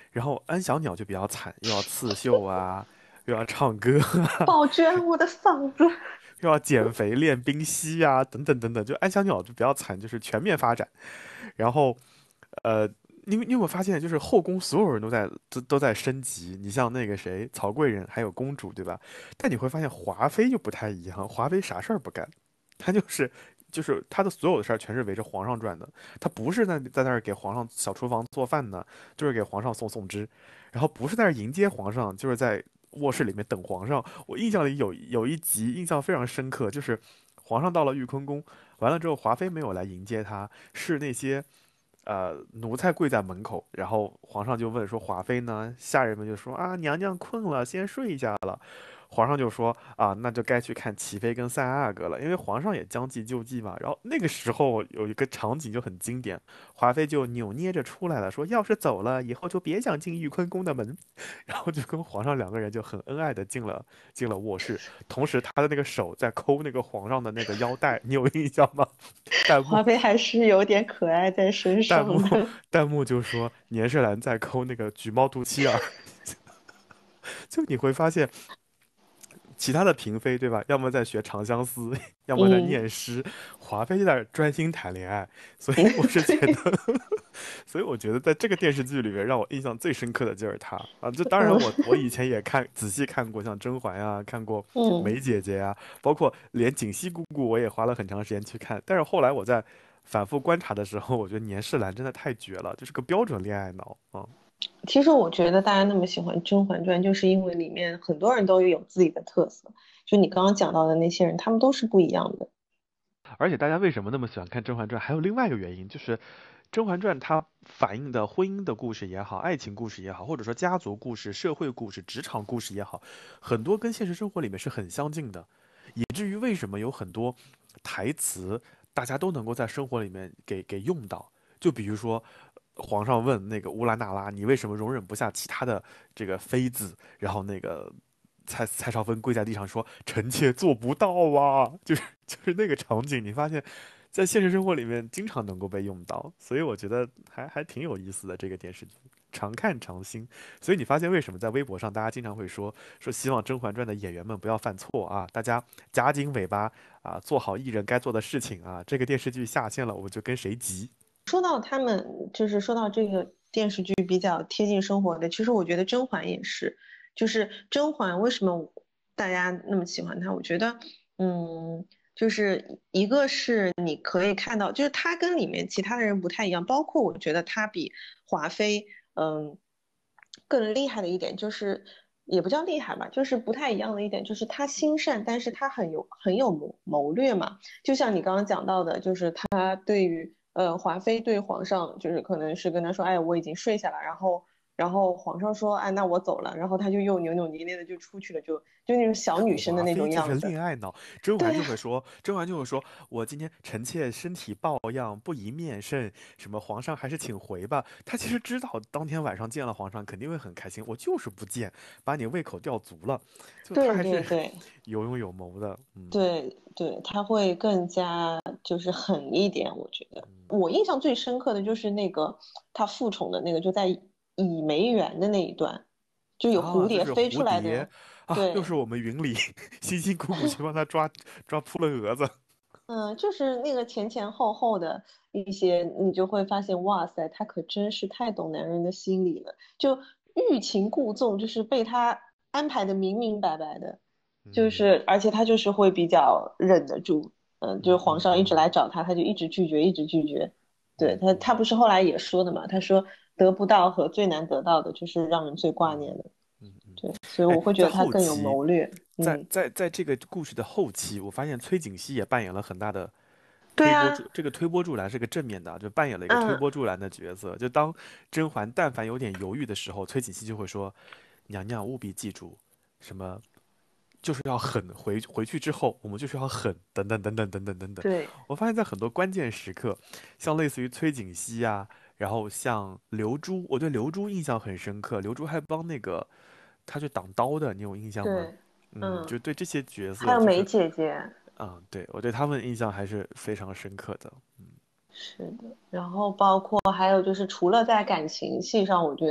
然后安小鸟就比较惨，又要刺绣啊，又要唱歌啊， 宝娟，我的嗓子。 又要减肥练冰嬉啊，等等等等，就安小鸟就比较惨，就是全面发展。然后呃，你你有没有发现，就是后宫所有人都在都都在升级？你像那个谁，曹贵人还有公主，对吧？但你会发现华妃就不太一样，华妃啥事儿不干，她就是就是她的所有的事儿全是围着皇上转的，她不是在在那儿给皇上小厨房做饭呢，就是给皇上送送汁，然后不是在那儿迎接皇上，就是在卧室里面等皇上。我印象里有有一集印象非常深刻，就是皇上到了玉坤宫，完了之后华妃没有来迎接他，是那些呃，奴才跪在门口，然后皇上就问说：“华妃呢？”下人们就说：“啊，娘娘困了，先睡一下了。”皇上就说：“啊，那就该去看齐妃跟三阿哥了，因为皇上也将计就计嘛。”然后那个时候有一个场景就很经典，华妃就扭捏着出来了，说：“要是走了，以后就别想进玉坤宫的门。”然后就跟皇上两个人就很恩爱的进了进了卧室，同时他的那个手在抠那个皇上的那个腰带，你有印象吗？弹幕华妃还是有点可爱在身弹幕上的。 弹幕就说年世兰在抠那个橘猫肚脐眼儿，就你会发现其他的嫔妃对吧？要么在学长相思，要么在嗯念诗，华妃就在专心谈恋爱。所以我是觉得，所以我觉得在这个电视剧里面，让我印象最深刻的就是她啊。这当然嗯我我以前也看仔细看过，像甄嬛呀，看过嗯。 梅姐姐呀，包括连锦汐姑姑，我也花了很长时间去看。但是后来我在反复观察的时候，我觉得年世兰真的太绝了，就是个标准恋爱脑啊。 其实我觉得大家那么喜欢《甄嬛传》，就是因为里面很多人都有自己的特色。就你刚刚讲到的那些人，他们都是不一样的。 而且大家为什么那么喜欢看《甄嬛传》，还有另外一个原因，就是《甄嬛传》它反映的婚姻的故事也好，爱情故事也好，或者说家族故事、社会故事、职场故事也好，很多跟现实生活里面是很相近的，以至于为什么有很多台词大家都能够在生活里面给给用到。就比如说，皇上问那个乌拉那拉，你为什么容忍不下其他的这个妃子？然后那个蔡蔡少芬跪在地上说：“臣妾做不到啊！”就是就是那个场景，你发现，在现实生活里面经常能够被用到，所以我觉得还还挺有意思的这个电视剧，常看常新。所以你发现为什么在微博上大家经常会说说希望《甄嬛传》的演员们不要犯错啊，大家夹紧尾巴啊，做好艺人该做的事情啊。这个电视剧下线了，我就跟谁急。 说到他们，就是说到这个电视剧比较贴近生活的，其实我觉得甄嬛也是，就是甄嬛为什么大家那么喜欢她？我觉得，嗯，就是一个是你可以看到，就是她跟里面其他的人不太一样，包括我觉得她比华妃，嗯，更厉害的一点就是。也不叫厉害吧，就是不太一样的一点，就是她心善，但是她很有很有谋谋略嘛。就像你刚刚讲到的，就是她对于呃华妃对皇上，就是可能是跟他说，哎，我已经睡下了，然后然后皇上说，哎，那我走了，然后他就又扭扭捏捏的就出去了，就就那种小女生的那华妃就是种样子。 恋爱脑，甄嬛对呀， 就会说，甄嬛就会说，我今天臣妾身体抱恙，不宜面圣，什么皇上还是请回吧。她其实知道当天晚上见了皇上肯定会很开心，我就是不见，把你胃口吊足了，就她对还是对对有勇有谋的，嗯对对，他会更加就是狠一点，我觉得。我印象最深刻的就是那个他复宠的那个，就在倚梅园的那一段，就有蝴啊，就是蝶飞出蝴蝶来的。 啊，又是对， 我们云里辛辛苦苦去帮他抓抓扑棱蛾子。 嗯，就是那个前前后后的一些，你就会发现，哇塞，他可真是太懂男人的心理了，就欲擒故纵，就是被他安排的明明白白的，就嗯是而且他就是会比较忍得住，嗯，就是嗯皇上一直嗯嗯来找他，他就一直拒绝，一直拒绝。对，他， 嗯嗯他不是后来也说的嘛，他说得不到和最难得到的，就是让人最挂念嗯的。 嗯嗯。 对，所以哎， 我会觉在得他更有后期， 谋略。 在嗯， 在在这个故事的后期，我发现崔槿汐也扮演了很大的对啊， 推波助。这个推波助澜是个正面的啊，就扮演了一个推嗯， 波助澜的角色。就当甄嬛但凡有点犹豫的时候，崔槿汐就会说：“娘娘务必记住，什么就是要狠，回回去之后我们就是要狠，等等等等等等等等。” 对我发现，在很多关键时刻，像类似于崔槿汐啊，然后像刘珠，我对刘珠印象很深刻。刘珠还帮那个他去挡刀的，你有印象吗？ 对， 嗯， 嗯， 就对这些角色， 还有梅就是姐姐。 嗯，对我对他们印象还是非常深刻的。 是的，然后包括还有就是，除了在感情戏上，我觉得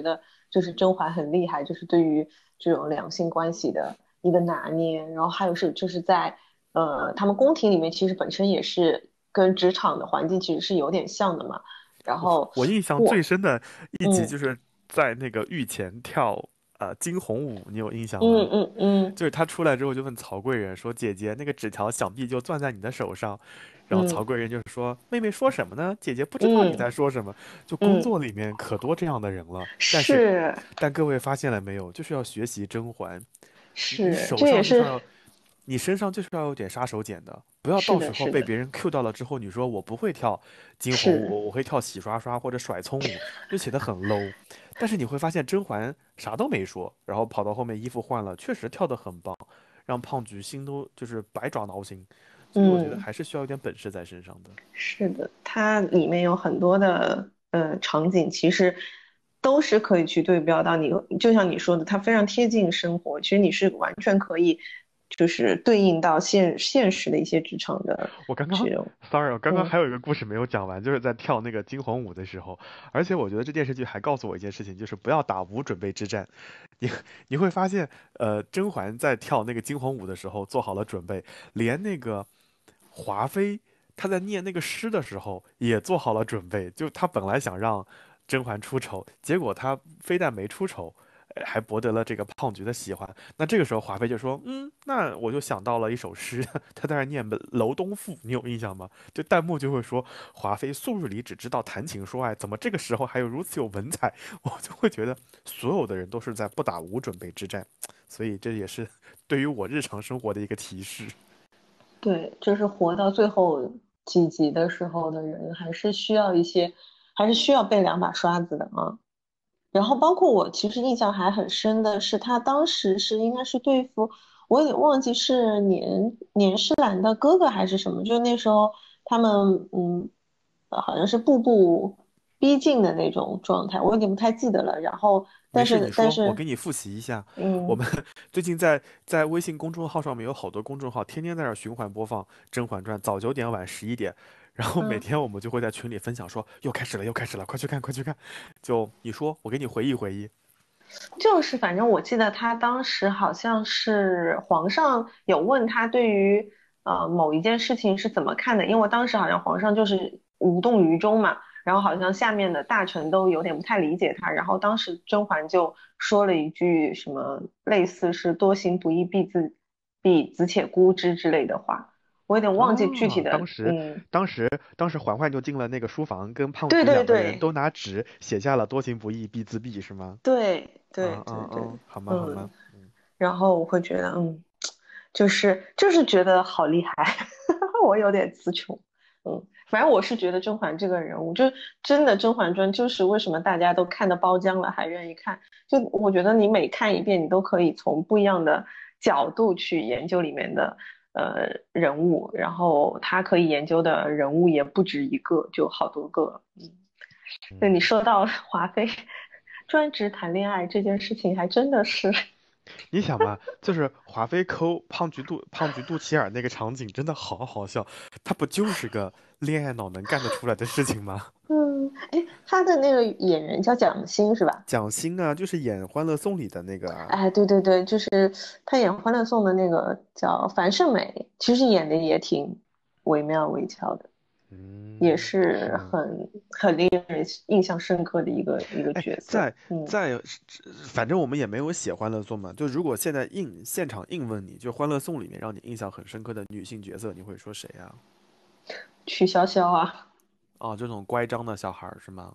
就是甄嬛很厉害，就是对于这种两性关系的一个拿捏。然后还有是就是在呃他们宫廷里面，其实本身也是跟职场的环境其实是有点像的嘛。然我后我印象最我深的一集嗯就是在那个御前跳呃惊鸿舞，你有印象嗯吗？ 嗯嗯就是他出来之后就问曹贵人说："姐姐，那个纸条想必就攥在你的手上。"然后曹嗯贵人就说："妹妹说什么呢？姐姐不知道你嗯在说什么。"就工嗯， 作里面可多这样的人了，但是， 是但各位发现了没有？就是要学习甄嬛，你你是， 手这也是上就是要，你身上就是要有点杀手锏的，不要是到的是的时候被别人 Q 到了之后，你说我不会跳惊鸿舞， 是。 我我会跳洗刷刷或者甩葱舞，就显得很 low。但是你会发现甄嬛啥都没说，然后跑到后面衣服换了，确实跳得很棒，让胖菊心都就是百爪挠心。所以我觉得嗯， 还是需要一点本事在身上的。 是的，它里面有很多的呃场景，其实都是可以去对标到你，就像你说的，它非常贴近生活，其实你是完全可以就是对应到现现实的一些职场的我刚刚这种， ，sorry，我刚刚嗯还有一个故事没有讲完，就是在跳那个惊鸿舞的时候，而且我觉得这电视剧还告诉我一件事情，就是不要打无准备之战。你你会发现，呃，甄嬛在跳那个惊鸿舞的时候做好了准备，连那个华妃她在念那个诗的时候也做好了准备，就她本来想让甄嬛出丑，结果她非但没出丑。呃还博得了这个胖菊的喜欢。那这个时候华妃就说："嗯，那我就想到了一首诗，她在那儿念《楼东赋》，你有印象吗？"就弹幕就会说："华妃素日里只知道谈情说爱，怎么这个时候还有如此有文采？"我就会觉得所有的人都是在不打无准备之战，所以这也是对于我日常生活的一个提示。 对，就是活到最后几集的时候的人，还是需要一些，还是需要背两把刷子的啊。然后包括我其实印象还很深的是，他当时是应该是对付，我有点忘记是年年世兰的哥哥还是什么，就那时候他们嗯，呃好像是步步逼近的那种状态，我有点不太记得了。然后但没事， 是你说，我但是给你复习一下。我嗯们最近在在微信公众号上面有好多公众号，天天在那儿循环播放《甄嬛传》，早九点晚十一点，然后每嗯。 天我们就会在群里分享说又开始了，又开始了，快去看，快去看。就你说，我给你回忆回忆。 就是反正我记得他当时好像是皇上有问他对于呃某一件事情是怎么看的，因为当时好像皇上就是无动于衷嘛，然后好像下面的大臣都有点不太理解他，然后当时甄嬛就说了一句什么类似是"多行不义必自必子且诛之"之类的话，我有点忘记具体啊，当的， 时， 嗯， 当时，当时嬛嬛就进了那个书房，跟胖对菊两个人对对都拿纸写下了"多行不义必自毙"，是吗？ 对对嗯对对， 嗯嗯，好吗好吗？ 嗯。然后我会觉得，嗯，就是就是觉得好厉害，我有点词穷，嗯，反正我是觉得甄嬛这个人物，就真的《甄嬛传》就是为什么大家都看的包浆了还愿意看，就我觉得你每看一遍，你都可以从不一样的角度去研究里面的呃人物，然后他可以研究的人物也不止一个，就好多个，嗯，那你嗯。 说到华妃专职谈恋爱这件事情，还真的是。 你想嘛，就是华妃抠胖菊肚胖菊肚脐眼儿那个场景，真的好好笑。他不就是个恋爱脑能干得出来的事情吗？ 嗯，哎，他的那个演员叫蒋欣是吧？ 蒋欣啊，就是演《欢乐颂》里的那个啊。 哎，对对对，就是他演《欢乐颂》的那个叫樊胜美，其实演的也挺惟妙惟肖的，也嗯，是是吗？ 很很令人印象深刻的一个一个哎， 角色。 在嗯， 在，反正我们也没有写《欢乐颂》嘛。就如果现在硬现场硬问你，就《欢乐颂》里面让你印象很深刻的女性角色，你会说谁呀？ 曲筱绡啊， 哦，这种乖张的小孩儿是吗？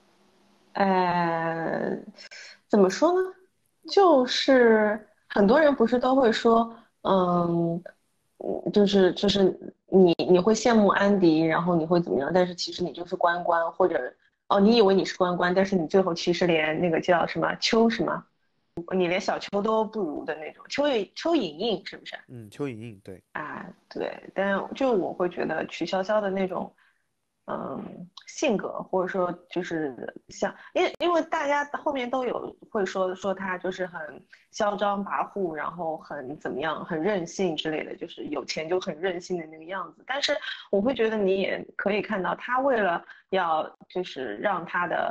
呃，怎么说呢？就是很多人不是都会说，嗯，嗯就是就是你你会羡慕安迪，然后你会怎么样？但是其实你就是关关，或者哦，你以为你是关关，但是你最后其实连那个叫什么秋什么，你连小秋都不如的那种。秋叶蚯蚓印是不是？ 嗯，邱莹莹，对。 啊，对，但就我会觉得曲筱绡的那种，嗯，性格或者说就是像，因为因为大家后面都有会说说她就是很嚣张跋扈，然后很怎么样，很任性之类的，就是有钱就很任性的那个样子。但是我会觉得你也可以看到，她为了要就是让她的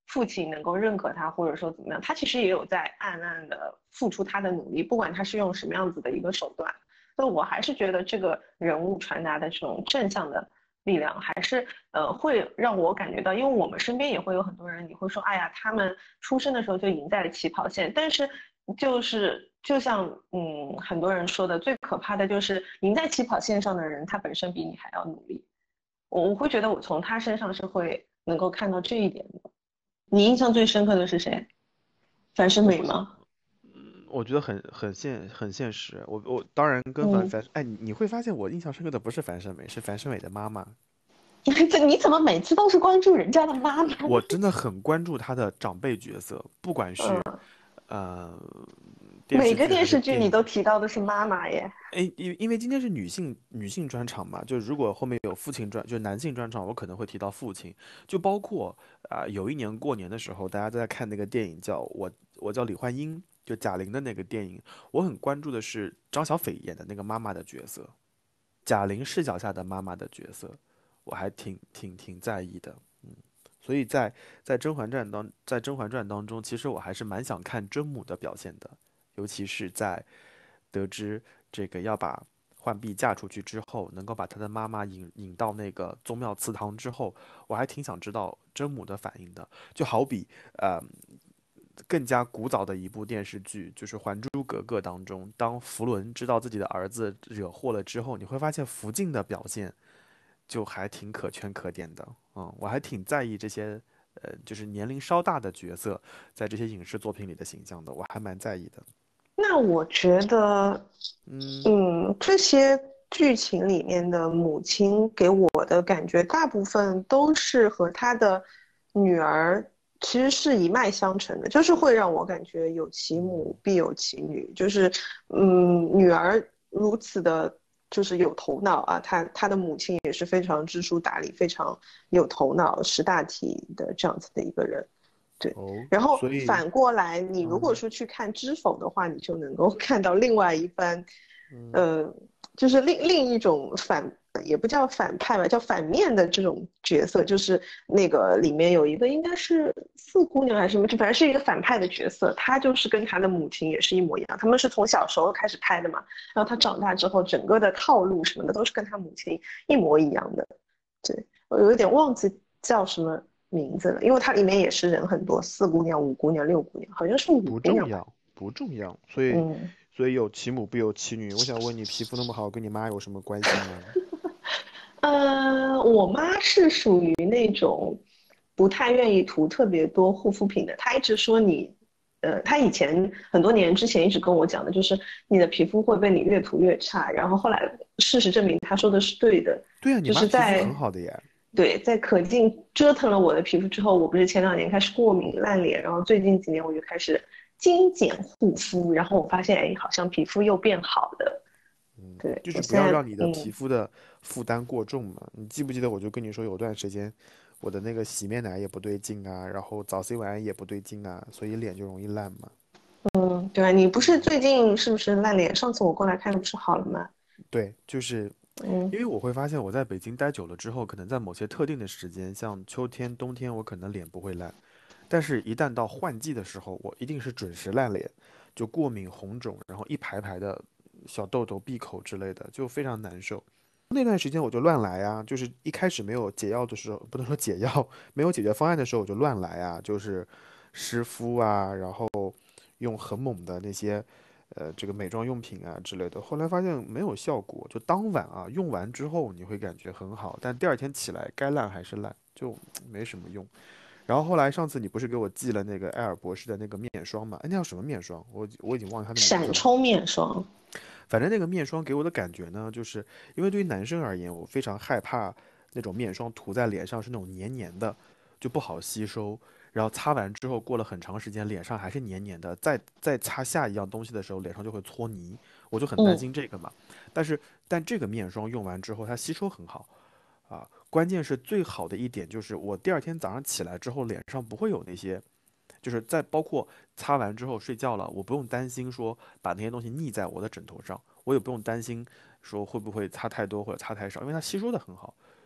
父亲能够认可他，或者说怎么样，他其实也有在暗暗的付出他的努力，不管他是用什么样子的一个手段。所以我还是觉得这个人物传达的这种正向的力量，还是呃会让我感觉到，因为我们身边也会有很多人，你会说，哎呀，他们出生的时候就赢在了起跑线，但是就是就像嗯很多人说的，最可怕的就是赢在起跑线上的人，他本身比你还要努力。我我会觉得我从他身上是会能够看到这一点的。你印象最深刻的是谁？樊胜美吗？ 我觉得很很现很现实。我我当然跟樊嗯， 樊，哎，你你会发现我印象深刻的不是樊胜美，是樊胜美的妈妈。 这你怎么每次都是关注人家的妈妈呢？ 我真的很关注她的长辈角色，不管是嗯， 呃电每个视剧还电视剧是电影。 你都提到的是妈妈耶。 哎，因因为今天是女性女性专场嘛，就如果后面有父亲专，就是男性专场，我可能会提到父亲，就包括啊、有一年过年的时候，大家都在看那个电影叫我我叫李焕英，就贾玲的那个电影，我很关注的是张小斐演的那个妈妈的角色，贾玲视角下的妈妈的角色，我还挺挺挺在意的。所以在在《甄嬛传》当在《甄嬛传》当中，其实我还是蛮想看甄母的表现的，尤其是在得知这个要把浣碧嫁出去之后，能够把她的妈妈引引到那个宗庙祠堂之后，我还挺想知道甄母的反应的。就好比呃更加古早的一部电视剧，就是《还珠格格》当中，当福伦知道自己的儿子惹祸了之后，你会发现福晋的表现就还挺可圈可点的。嗯，我还挺在意这些。呃，就是年龄稍大的角色在这些影视作品里的形象的，我还蛮在意的。 那我觉得， 嗯， 嗯，这些剧情里面的母亲给我的感觉，大部分都是和她的女儿其实是一脉相承的，就是会让我感觉有其母必有其女，就是嗯，女儿如此的，就是有头脑啊，她她的母亲也是非常知书达理、非常有头脑、识大体的这样子的一个人。对， 哦， 然后所以， 反过来，你如果嗯说去看知否的话，你就能够看到另外一番， 嗯， 呃，就是另另一种反，也不叫反派吧，叫反面的这种角色，就是那个里面有一个应该是四姑娘还是什么，就反正是一个反派的角色，她就是跟她的母亲也是一模一样，他们是从小时候开始拍的嘛，然后她长大之后，整个的套路什么的都是跟她母亲一模一样的。对，我有一点忘记叫什么名字了，因为它里面也是人很多，四姑娘、五姑娘、六姑娘，好像是五姑娘吧。 不重要，不重要。所以， 嗯， 所以有其母必有其女。我想问你，皮肤那么好，跟你妈有什么关系呢？ 呃，我妈是属于那种不太愿意涂特别多护肤品的，她一直说你，呃，她以前很多年之前一直跟我讲的就是你的皮肤会被你越涂越差，然后后来事实证明她说的是对的， 对呀，你就妈皮肤是在很好的耶。 对，在可劲折腾了我的皮肤之后，我不是前两年开始过敏烂脸，然后最近几年我就开始精简护肤，然后我发现，哎，好像皮肤又变好了。 嗯， 对， 就是不我现在， 要让你的皮嗯肤的负担过重嘛。你记不记得我就跟你说，有段时间我的那个洗面奶也不对劲啊，然后早 C 晚安也不对劲啊，所以脸就容易烂嘛。 嗯，对啊，你不是最近是不是烂脸？上次我过来看不是好了吗？ 对，就是嗯因为我会发现我在北京待久了之后，可能在某些特定的时间，像秋天、冬天，我可能脸不会烂，但是一旦到换季的时候，我一定是准时烂脸，就过敏、红肿，然后一排排的小痘痘、闭口之类的，就非常难受。那段时间我就乱来啊，就是一开始没有解药的时候，不能说解药，没有解决方案的时候，我就乱来啊，就是湿敷啊，然后用很猛的那些呃这个美妆用品啊之类的。后来发现没有效果，就当晚啊用完之后你会感觉很好，但第二天起来该烂还是烂，就没什么用。然后后来上次你不是给我寄了那个艾尔博士的那个面霜吗？哎，那叫什么面霜？我我已经忘了它的名字了。 闪充面霜。 反正那个面霜给我的感觉呢，就是因为对于男生而言，我非常害怕那种面霜涂在脸上是那种黏黏的，就不好吸收。然后擦完之后，过了很长时间，脸上还是黏黏的，再再擦下一样东西的时候，脸上就会搓泥，我就很担嗯心这个嘛。但是，但这个面霜用完之后，它吸收很好啊。关键是最好的一点就是，我第二天早上起来之后，脸上不会有那些就是在包括擦完之后睡觉了，我不用担心说把那些东西腻在我的枕头上，我也不用担心说会不会擦太多或者擦太少，因为它吸收的很好。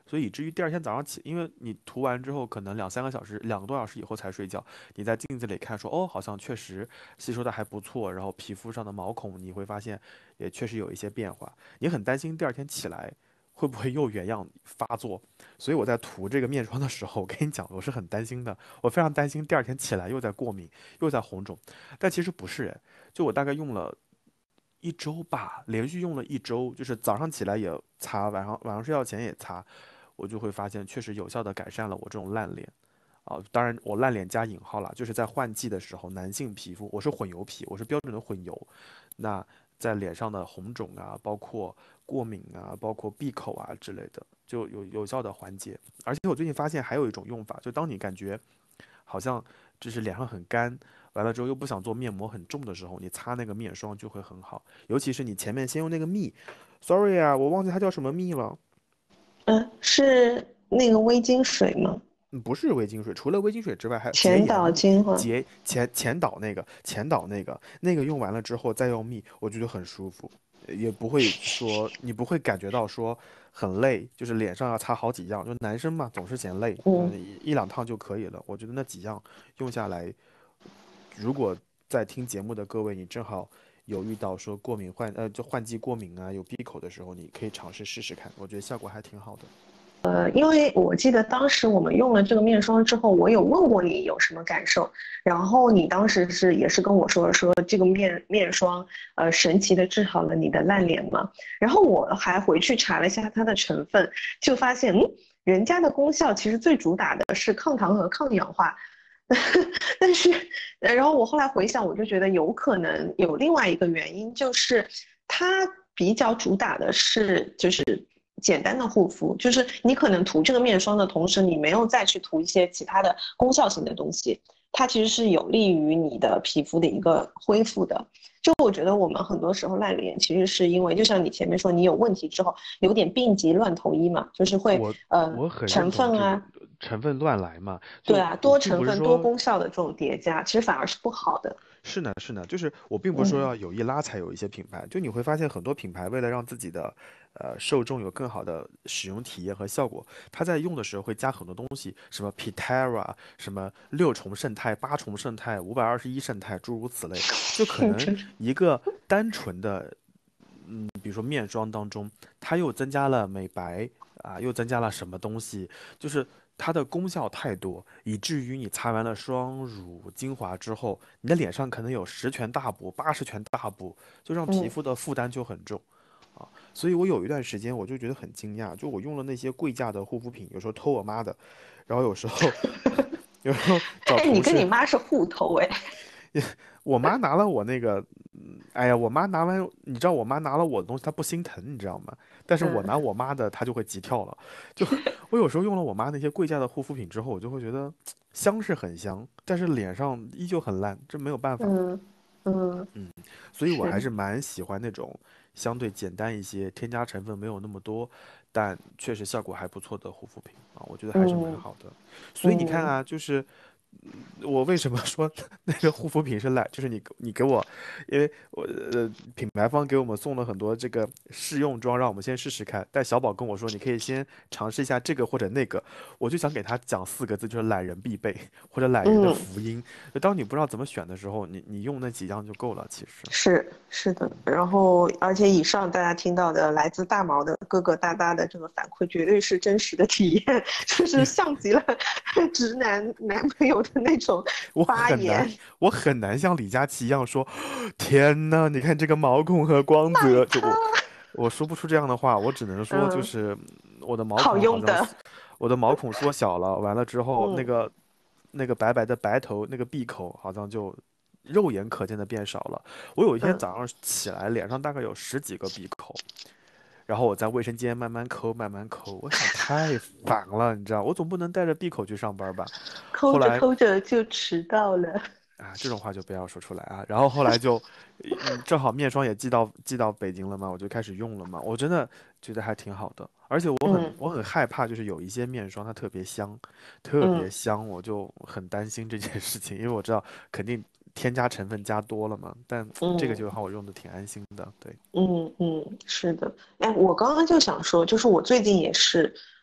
所以以至于第二天早上起，因为你涂完之后可能两三个小时、两个多小时以后才睡觉，你在镜子里看说，哦，好像确实吸收的还不错，然后皮肤上的毛孔你会发现也确实有一些变化，你很担心第二天起来会不会又原样发作，所以我在涂这个面霜的时候，我跟你讲，我是很担心的，我非常担心第二天起来又在过敏，又在红肿，但其实不是，哎，就我大概用了一周吧，连续用了一周，就是早上起来也擦，晚上晚上睡觉前也擦，我就会发现确实有效的改善了我这种烂脸。啊，当然我烂脸加引号了，就是在换季的时候，男性皮肤我是混油皮，我是标准的混油，那在脸上的红肿啊，包括过敏啊，包括闭口啊之类的，就有有效的缓解。而且我最近发现还有一种用法，就当你感觉好像就是脸上很干，完了之后又不想做面膜很重的时候，你擦那个面霜就会很好。尤其是你前面先用那个蜜，sorry 啊，我忘记它叫什么蜜了。 嗯，是那个微晶水吗？ 嗯，不是微晶水，除了微晶水之外，还有洁前导颜蜜、 精华。 洁前前导那个前导那个那个用完了之后再用蜜，我觉得很舒服，也不会说你不会感觉到说很累，就是脸上要擦好几样，就男生嘛总是嫌累，嗯， 嗯。 一一两趟就可以了。我觉得那几样用下来，如果在听节目的各位，你正好有遇到说过敏换呃就换季过敏啊，有闭口的时候，你可以尝试试试看，我觉得效果还挺好的。 呃，因为我记得当时我们用了这个面霜之后，我有问过你有什么感受，然后你当时是也是跟我说说这个面面霜，呃，神奇的治好了你的烂脸嘛。然后我还回去查了一下它的成分，就发现，嗯，人家的功效其实最主打的是抗糖和抗氧化，但是，呃然后我后来回想，我就觉得有可能有另外一个原因，就是它比较主打的是就是简单的护肤，就是你可能涂这个面霜的同时，你没有再去涂一些其他的功效性的东西，它其实是有利于你的皮肤的一个恢复的。就我觉得我们很多时候烂脸，其实是因为就像你前面说，你有问题之后有点病急乱投医嘛，就是会我呃我很认成同这个分啊， 成分乱来嘛， 对啊， 就我并多成分多不是说功效的这种叠加，其实反而是不好的。 是呢，是呢，就是我并不是说嗯要有意拉踩有一些品牌，就你会发现很多品牌为了让自己的呃受众有更好的使用体验和效果，他在用的时候会加很多东西，什么 Pitera，什么六重胜肽、八重胜肽、五百二十一胜肽，诸如此类，就可能真的。 一个单纯的嗯，比如说面霜当中，它又增加了美白啊，又增加了什么东西，就是它的功效太多，以至于你擦完了霜、乳、精华之后，你的脸上可能有十全大补、八十全大补，就让皮嗯。 肤的负担就很重啊。所以我有一段时间我就觉得很惊讶，就我用了那些贵价的护肤品，有时候偷我妈的，然后有时候有时候找哎，你跟你同事妈是互偷哎。 我妈拿了我那个，嗯，哎呀，我妈拿完，你知道我妈拿了我的东西，她不心疼，你知道吗？但是我拿嗯我妈的，她就会急跳了。就我有时候用了我妈那些贵价的护肤品之后，我就会觉得香是很香，但是脸上依旧很烂，这没有办法。 嗯嗯。 嗯，所以我还是。 是蛮喜欢那种相对简单一些，添加成分没有那么多，但确实效果还不错的护肤品啊，我觉得还是蛮嗯好的。所以你看嗯。 啊，就是我为什么说那个护肤品是懒，就是你你给我，因为我呃品牌方给我们送了很多这个试用装，让我们先试试看。但小宝跟我说，你可以先尝试一下这个或者那个，我就想给他讲四个字，就是懒人必备或者懒人的嗯。 福音。就当你不知道怎么选的时候，你你用那几样就够了，其实。 是是的，然后而且以上大家听到的来自大毛的各个大大的这个反馈，绝对是真实的体验，就是像极了直男男朋友的那种我发很难， 言。 我很难像李佳琦一样说，天呐，你看这个毛孔和光泽，就我我说不出这样的话，我只能说就嗯， 是嗯我的毛好孔好像缩用的。 我的毛孔缩小了，完了之后那嗯个那个白白的白头那个闭口好像就肉眼可见的变少了。我有一天嗯。 早上起来，脸上大概有十几个闭口，然后我在卫生间慢慢抠，慢慢抠，我想太烦了，你知道，我总不能带着闭口去上班吧？后来抠着抠着就迟到了。 啊，这种话就不要说出来啊。然后后来就，嗯，正好面霜也寄到寄到北京了嘛，我就开始用了嘛。我真的觉得还挺好的，而且我很嗯我很害怕，就是有一些面霜它特别香，特别嗯香，我就很担心这件事情，因为我知道肯定添加成分加多了嘛。但这个嗯就让我用的挺安心的，对。 嗯嗯。是的。哎，我刚刚就想说，就是我最近也是。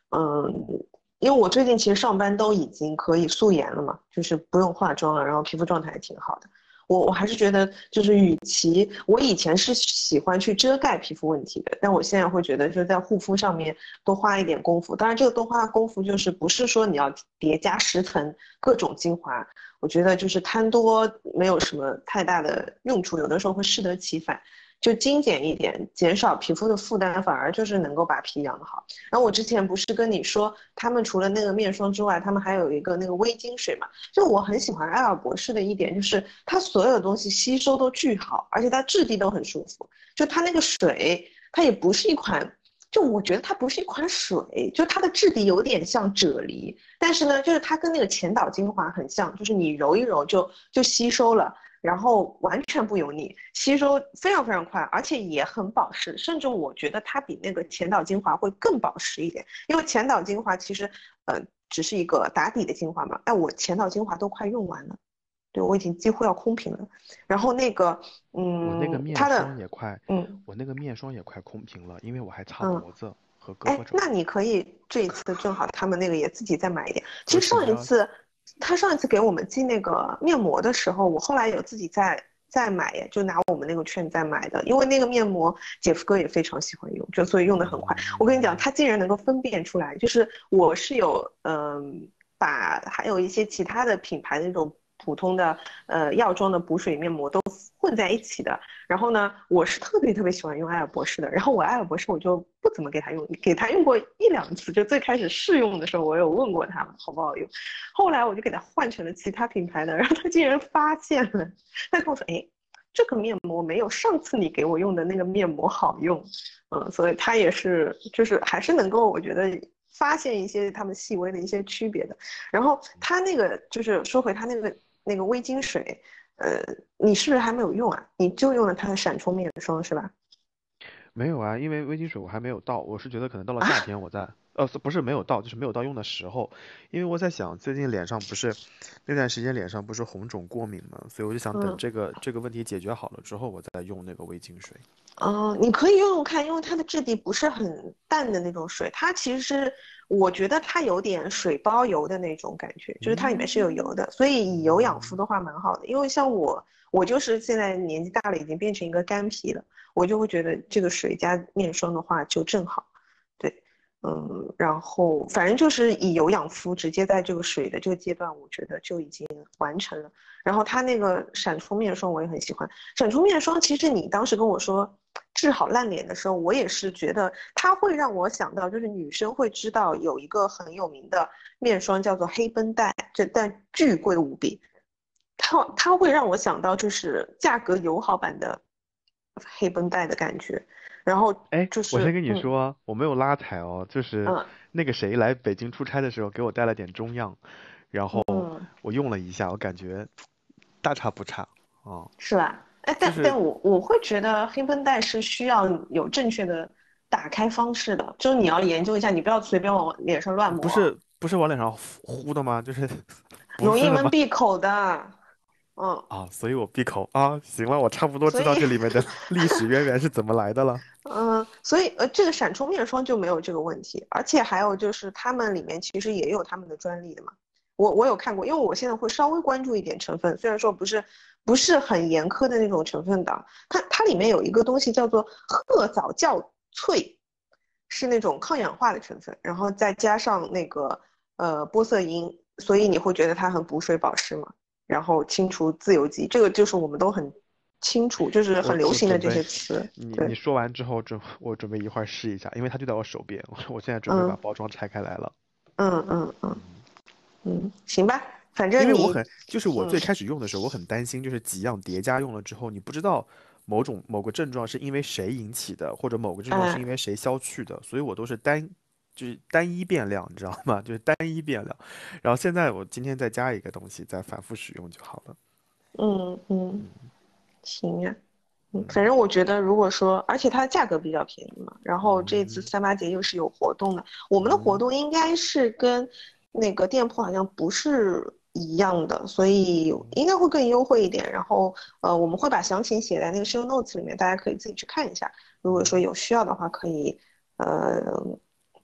嗯，因为我最近其实上班都已经可以素颜了嘛，就是不用化妆了，然后皮肤状态还挺好的。我我还是觉得，就是与其我以前是喜欢去遮盖皮肤问题的，但我现在会觉得就是在护肤上面多花一点功夫。当然，这个多花功夫就是不是说你要叠加十层各种精华，我觉得就是贪多没有什么太大的用处，有的时候会适得其反。就精简一点，减少皮肤的负担，反而就是能够把皮养得好。然后我之前不是跟你说，他们除了那个面霜之外，他们还有一个那个微晶水嘛。就我很喜欢瑷尔博士的一点，就是它所有的东西吸收都巨好，而且它质地都很舒服。就它那个水，它也不是一款，就我觉得它不是一款水，就它的质地有点像啫喱，但是呢，就是它跟那个前导精华很像，就是你揉一揉就就吸收了。然后完全不油腻，吸收非常非常快，而且也很保湿，甚至我觉得它比那个前导精华会更保湿一点，因为前导精华其实呃只是一个打底的精华嘛，哎，我前导精华都快用完了，对，我已经几乎要空瓶了。然后那个我那个嗯， 面它的霜也快， 嗯我那个面霜也快空瓶了，因为我还擦嗯， 脖子和胳膊哎， 肘那你可以这一次正好他们那个也自己再买一点。其实和其他。 上一次他上一次给我们寄那个面膜的时候，我后来有自己再再买耶，就拿我们那个券再买的，因为那个面膜姐夫哥也非常喜欢用，就所以用的很快。我跟你讲，他竟然能够分辨出来，就是我是有嗯，把还有一些其他的品牌的那种普通的呃药妆的补水面膜都混在一起的。然后呢，我是特别特别喜欢用瑷尔博士的，然后我瑷尔博士我就不怎么给他用，给他用过一两次，就最开始试用的时候我有问过他好不好用，后来我就给他换成了其他品牌的，然后他竟然发现了，他跟我说，哎，这个面膜没有上次你给我用的那个面膜好用，嗯，所以他也是就是还是能够我觉得发现一些他们细微的一些区别的。然后他那个就是说回他那个那个微晶水。呃，你是不是还没有用啊？你就用了它的闪充面霜是吧？ 没有啊，因为微晶水我还没有到，我是觉得可能到了夏啊， 天我再，呃，不是没有到，就是没有到用的时候，因为我在想最近脸上不是那段时间脸上不是红肿过敏嘛，所以我就想等嗯， 这个这个问题解决好了之后，我再用那个微晶水。 哦，你可以用用看，因为它的质地不是很淡的那种水，它其实是我觉得它有点水包油的那种感觉，就是它里面是有油嗯的，所以以油养肤嗯的话蛮好的。因为像我，我就是现在年纪大了，已经变成一个干皮了，我就会觉得这个水加面霜的话就正好。对，嗯，然后反正就是以油养肤，直接在这个水的这个阶段，我觉得就已经完成了。然后它那个闪充面霜我也很喜欢，闪充面霜其实你当时跟我说治好烂脸的时候，我也是觉得它会让我想到，就是女生会知道有一个很有名的面霜叫做黑绷带，这但巨贵无比，它它会让我想到就是价格友好版的黑绷带的感觉，然后哎， 就是我先跟你嗯说，我没有拉踩哦，就是嗯那个谁来北京出差的时候给我带了点中样，然后嗯， 我用了一下，我感觉大差不差啊， 是吧？哎， 就是但但我我会觉得黑绷带是需要有正确的打开方式的，就是你要研究一下，你不要随便往脸上乱抹啊， 不是不是往脸上呼呼的吗？就是不容易是的吗？ 闷闭口的。嗯， 啊，所以我闭口啊，行了，我差不多知道所以这里面的历史渊源是怎么来的了。 嗯，所以呃，这个闪充面霜就没有这个问题，而且还有就是他们里面其实也有他们的专利的嘛。我我有看过，因为我现在会稍微关注一点成分，虽然说不是不是很严苛的那种成分党，它它里面有一个东西叫做褐藻酵萃，是那种抗氧化的成分，然后再加上那个呃玻色因，所以你会觉得它很补水保湿嘛，然后清除自由基，这个就是我们都很清楚，就是我很流行的这我准备， 些词，对。 你你说完之后，准我准备一会儿试一下，因为它就在我手边，我我现在准备把嗯包装拆开来了。 嗯嗯嗯嗯，行吧，反正你， 因为我很，就是我嗯最开始用的时候，我很担心，就是几样叠加用了之后，你不知道某种某个症状是因为谁引起的，或者某个症状是因哎为谁消去的，所以我都是单，就是单一变量，你知道吗？就是单一变量。然后现在我今天再加一个东西，再反复使用就好了。 嗯嗯， 嗯行呀，嗯，反嗯正我觉得如果说，而且它的价格比较便宜嘛，然后这次嗯三八节又是有活动的，我们的活嗯动应该是跟那个店铺好像不是一样的，所以应该会更优惠一点。然后呃，我们会把详情写在那个 show notes 里面，大家可以自己去看一下。如果说嗯有需要的话，可以呃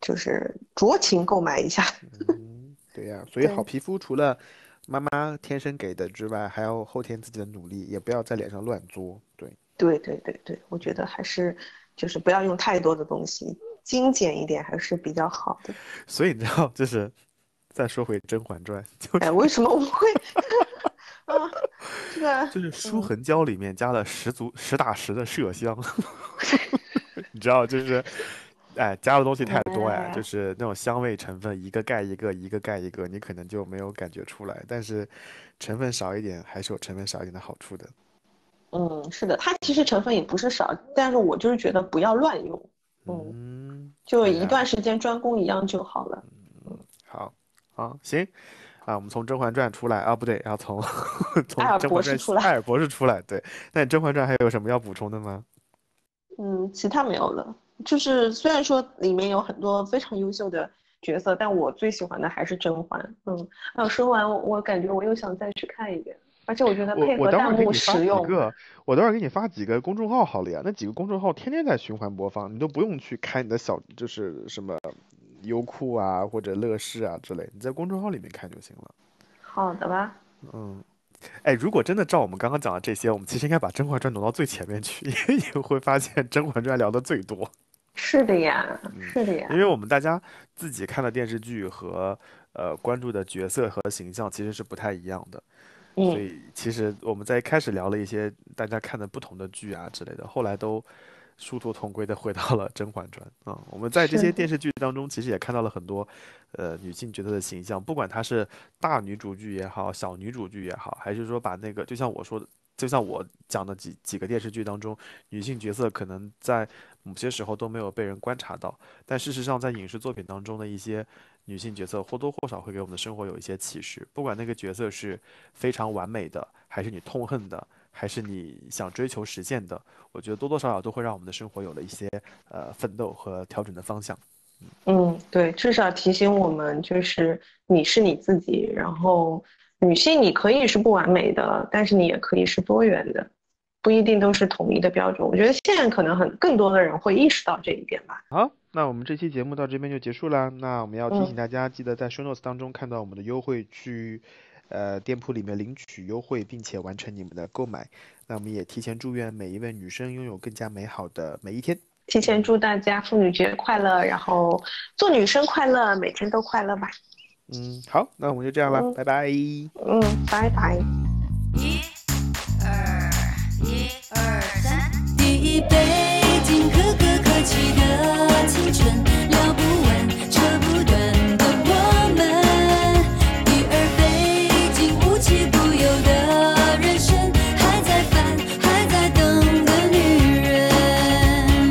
就是酌情购买一下。 嗯，对呀，所以好对， 皮肤除了妈妈天生给的之外，还要后天自己的努力，也不要在脸上乱作。对， 对对对对，我觉得还是就是不要用太多的东西，精简一点还是比较好的。 所以你知道，就是再说回《甄嬛传》，就哎， 是为什么我会啊？这个， 就是舒嗯， 痕胶里面加了十足实打实的麝香，你知道，就是哎，加的东西太多呀，就哎， 是那种香味成分一个盖一个，一个盖一个，你可能就没有感觉出来。但是成分少一点，还是有成分少一点的好处的。 嗯，是的，它其实成分也不是少，但是我就是觉得不要乱用，嗯， 嗯， 就一好呀， 段时间专攻一样就好了。嗯， 好，好，行啊，我们从《甄嬛传》出来啊，不对，要从从艾尔 《甄嬛传》 博士出来。 艾尔博士出来。对，那你《甄嬛传》还有什么要补充的吗？ 嗯，其他没有了。就是虽然说里面有很多非常优秀的角色，但我最喜欢的还是甄嬛。嗯，还有说完，我我感觉我又想再去看一遍，而且我觉得我我配合弹幕等会儿给你发使用， 几个，我等会儿给你发几个公众号好了呀。那几个公众号天天在循环播放，你都不用去开你的小，就是什么优酷啊或者乐视啊之类，你在公众号里面看就行了。 好的吧？ 嗯，哎，如果真的照我们刚刚讲的这些，我们其实应该把《甄嬛传》挪到最前面去，因为你会发现《甄嬛传》聊的最多。 是的呀， 嗯， 是的呀。 因为我们大家自己看的电视剧和呃关注的角色和形象其实是不太一样的。所嗯， 以其实我们在一开始聊了一些大家看的不同的剧啊之类的，后来都殊途同归的回到了《甄嬛传》啊。我们在这是的， 些电视剧当中，其实也看到了很多呃女性角色的形象，不管她是大女主剧也好，小女主剧也好，还是说把那个就像我说的。就像我讲的几几个电视剧当中，女性角色可能在某些时候都没有被人观察到，但事实上在影视作品当中的一些女性角色或多或少会给我们的生活有一些启示，不管那个角色是非常完美的，还是你痛恨的，还是你想追求实现的，我觉得多多少少都会让我们的生活有了一些呃奋斗和调整的方向。 嗯，对，至少提醒我们，就是你是你自己，然后女性你可以是不完美的，但是你也可以是多元的，不一定都是统一的标准。我觉得现在可能很更多的人会意识到这一点吧。 好，那我们这期节目到这边就结束啦。那我们要提醒嗯， 大家，记得在 show notes 当中看到我们的优惠，去呃店铺里面领取优惠，并且完成你们的购买。那我们也提前祝愿每一位女生拥有更加美好的每一天。 提前祝大家妇女节快乐，然后做女生快乐，每天都快乐吧。 嗯，好，那我们就这样了， 嗯拜拜。 嗯，拜拜。 一二一二三， 第一杯敬可歌可泣的青春，聊不完扯不断的我们。第二杯敬无奇不有的人生，还在烦还在等的女人。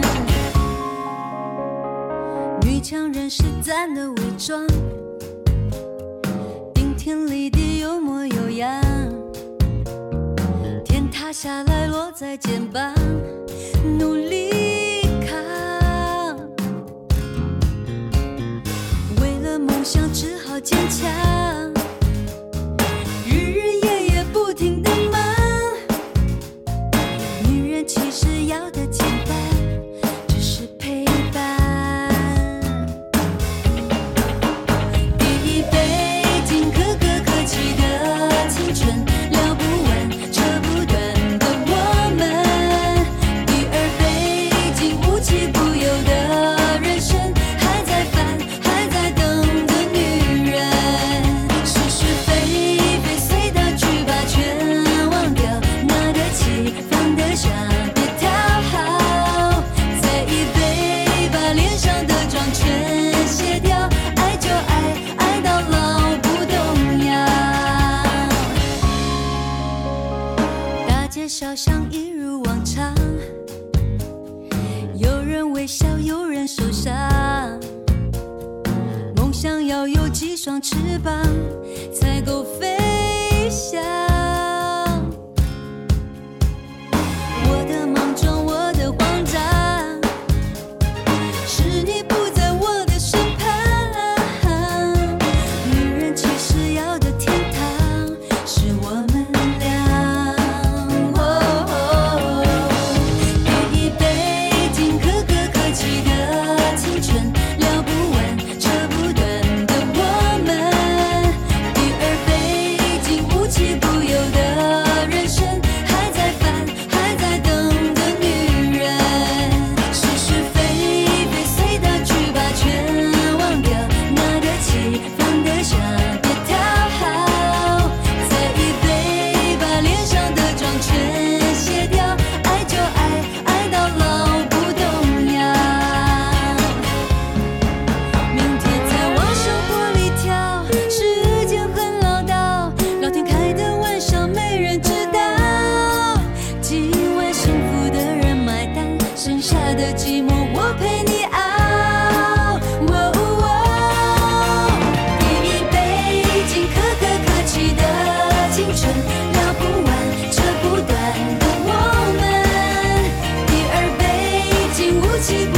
女强人是咱的伪装，顶天立地有模有样，天塌下来落在肩膀，努力扛。为了梦想只好坚强，日日夜夜不停地忙。女人其实要的简单，只是陪伴。第一杯敬可歌可泣的青春，聊不完扯不断的我们。第二杯敬无奇不有的人生，还在烦还在等的女人。是是非非随他去吧，全忘掉，拿得起放得下，别讨好。再一杯，把脸上的妆全卸掉，爱就爱，爱到老不动摇。大街小巷一如往常，有人微笑，有人受伤。梦想要有几双翅膀，才够飞翔。我的莽撞，我的慌张，是你不在我的身旁。女人其实要的天堂，是我们俩。哦，第一杯敬可歌可泣的青春，聊不完的寂寞我陪你熬。哦哦，第一杯敬可可可泣的青春，聊不完扯不断的我们。第二杯敬无气。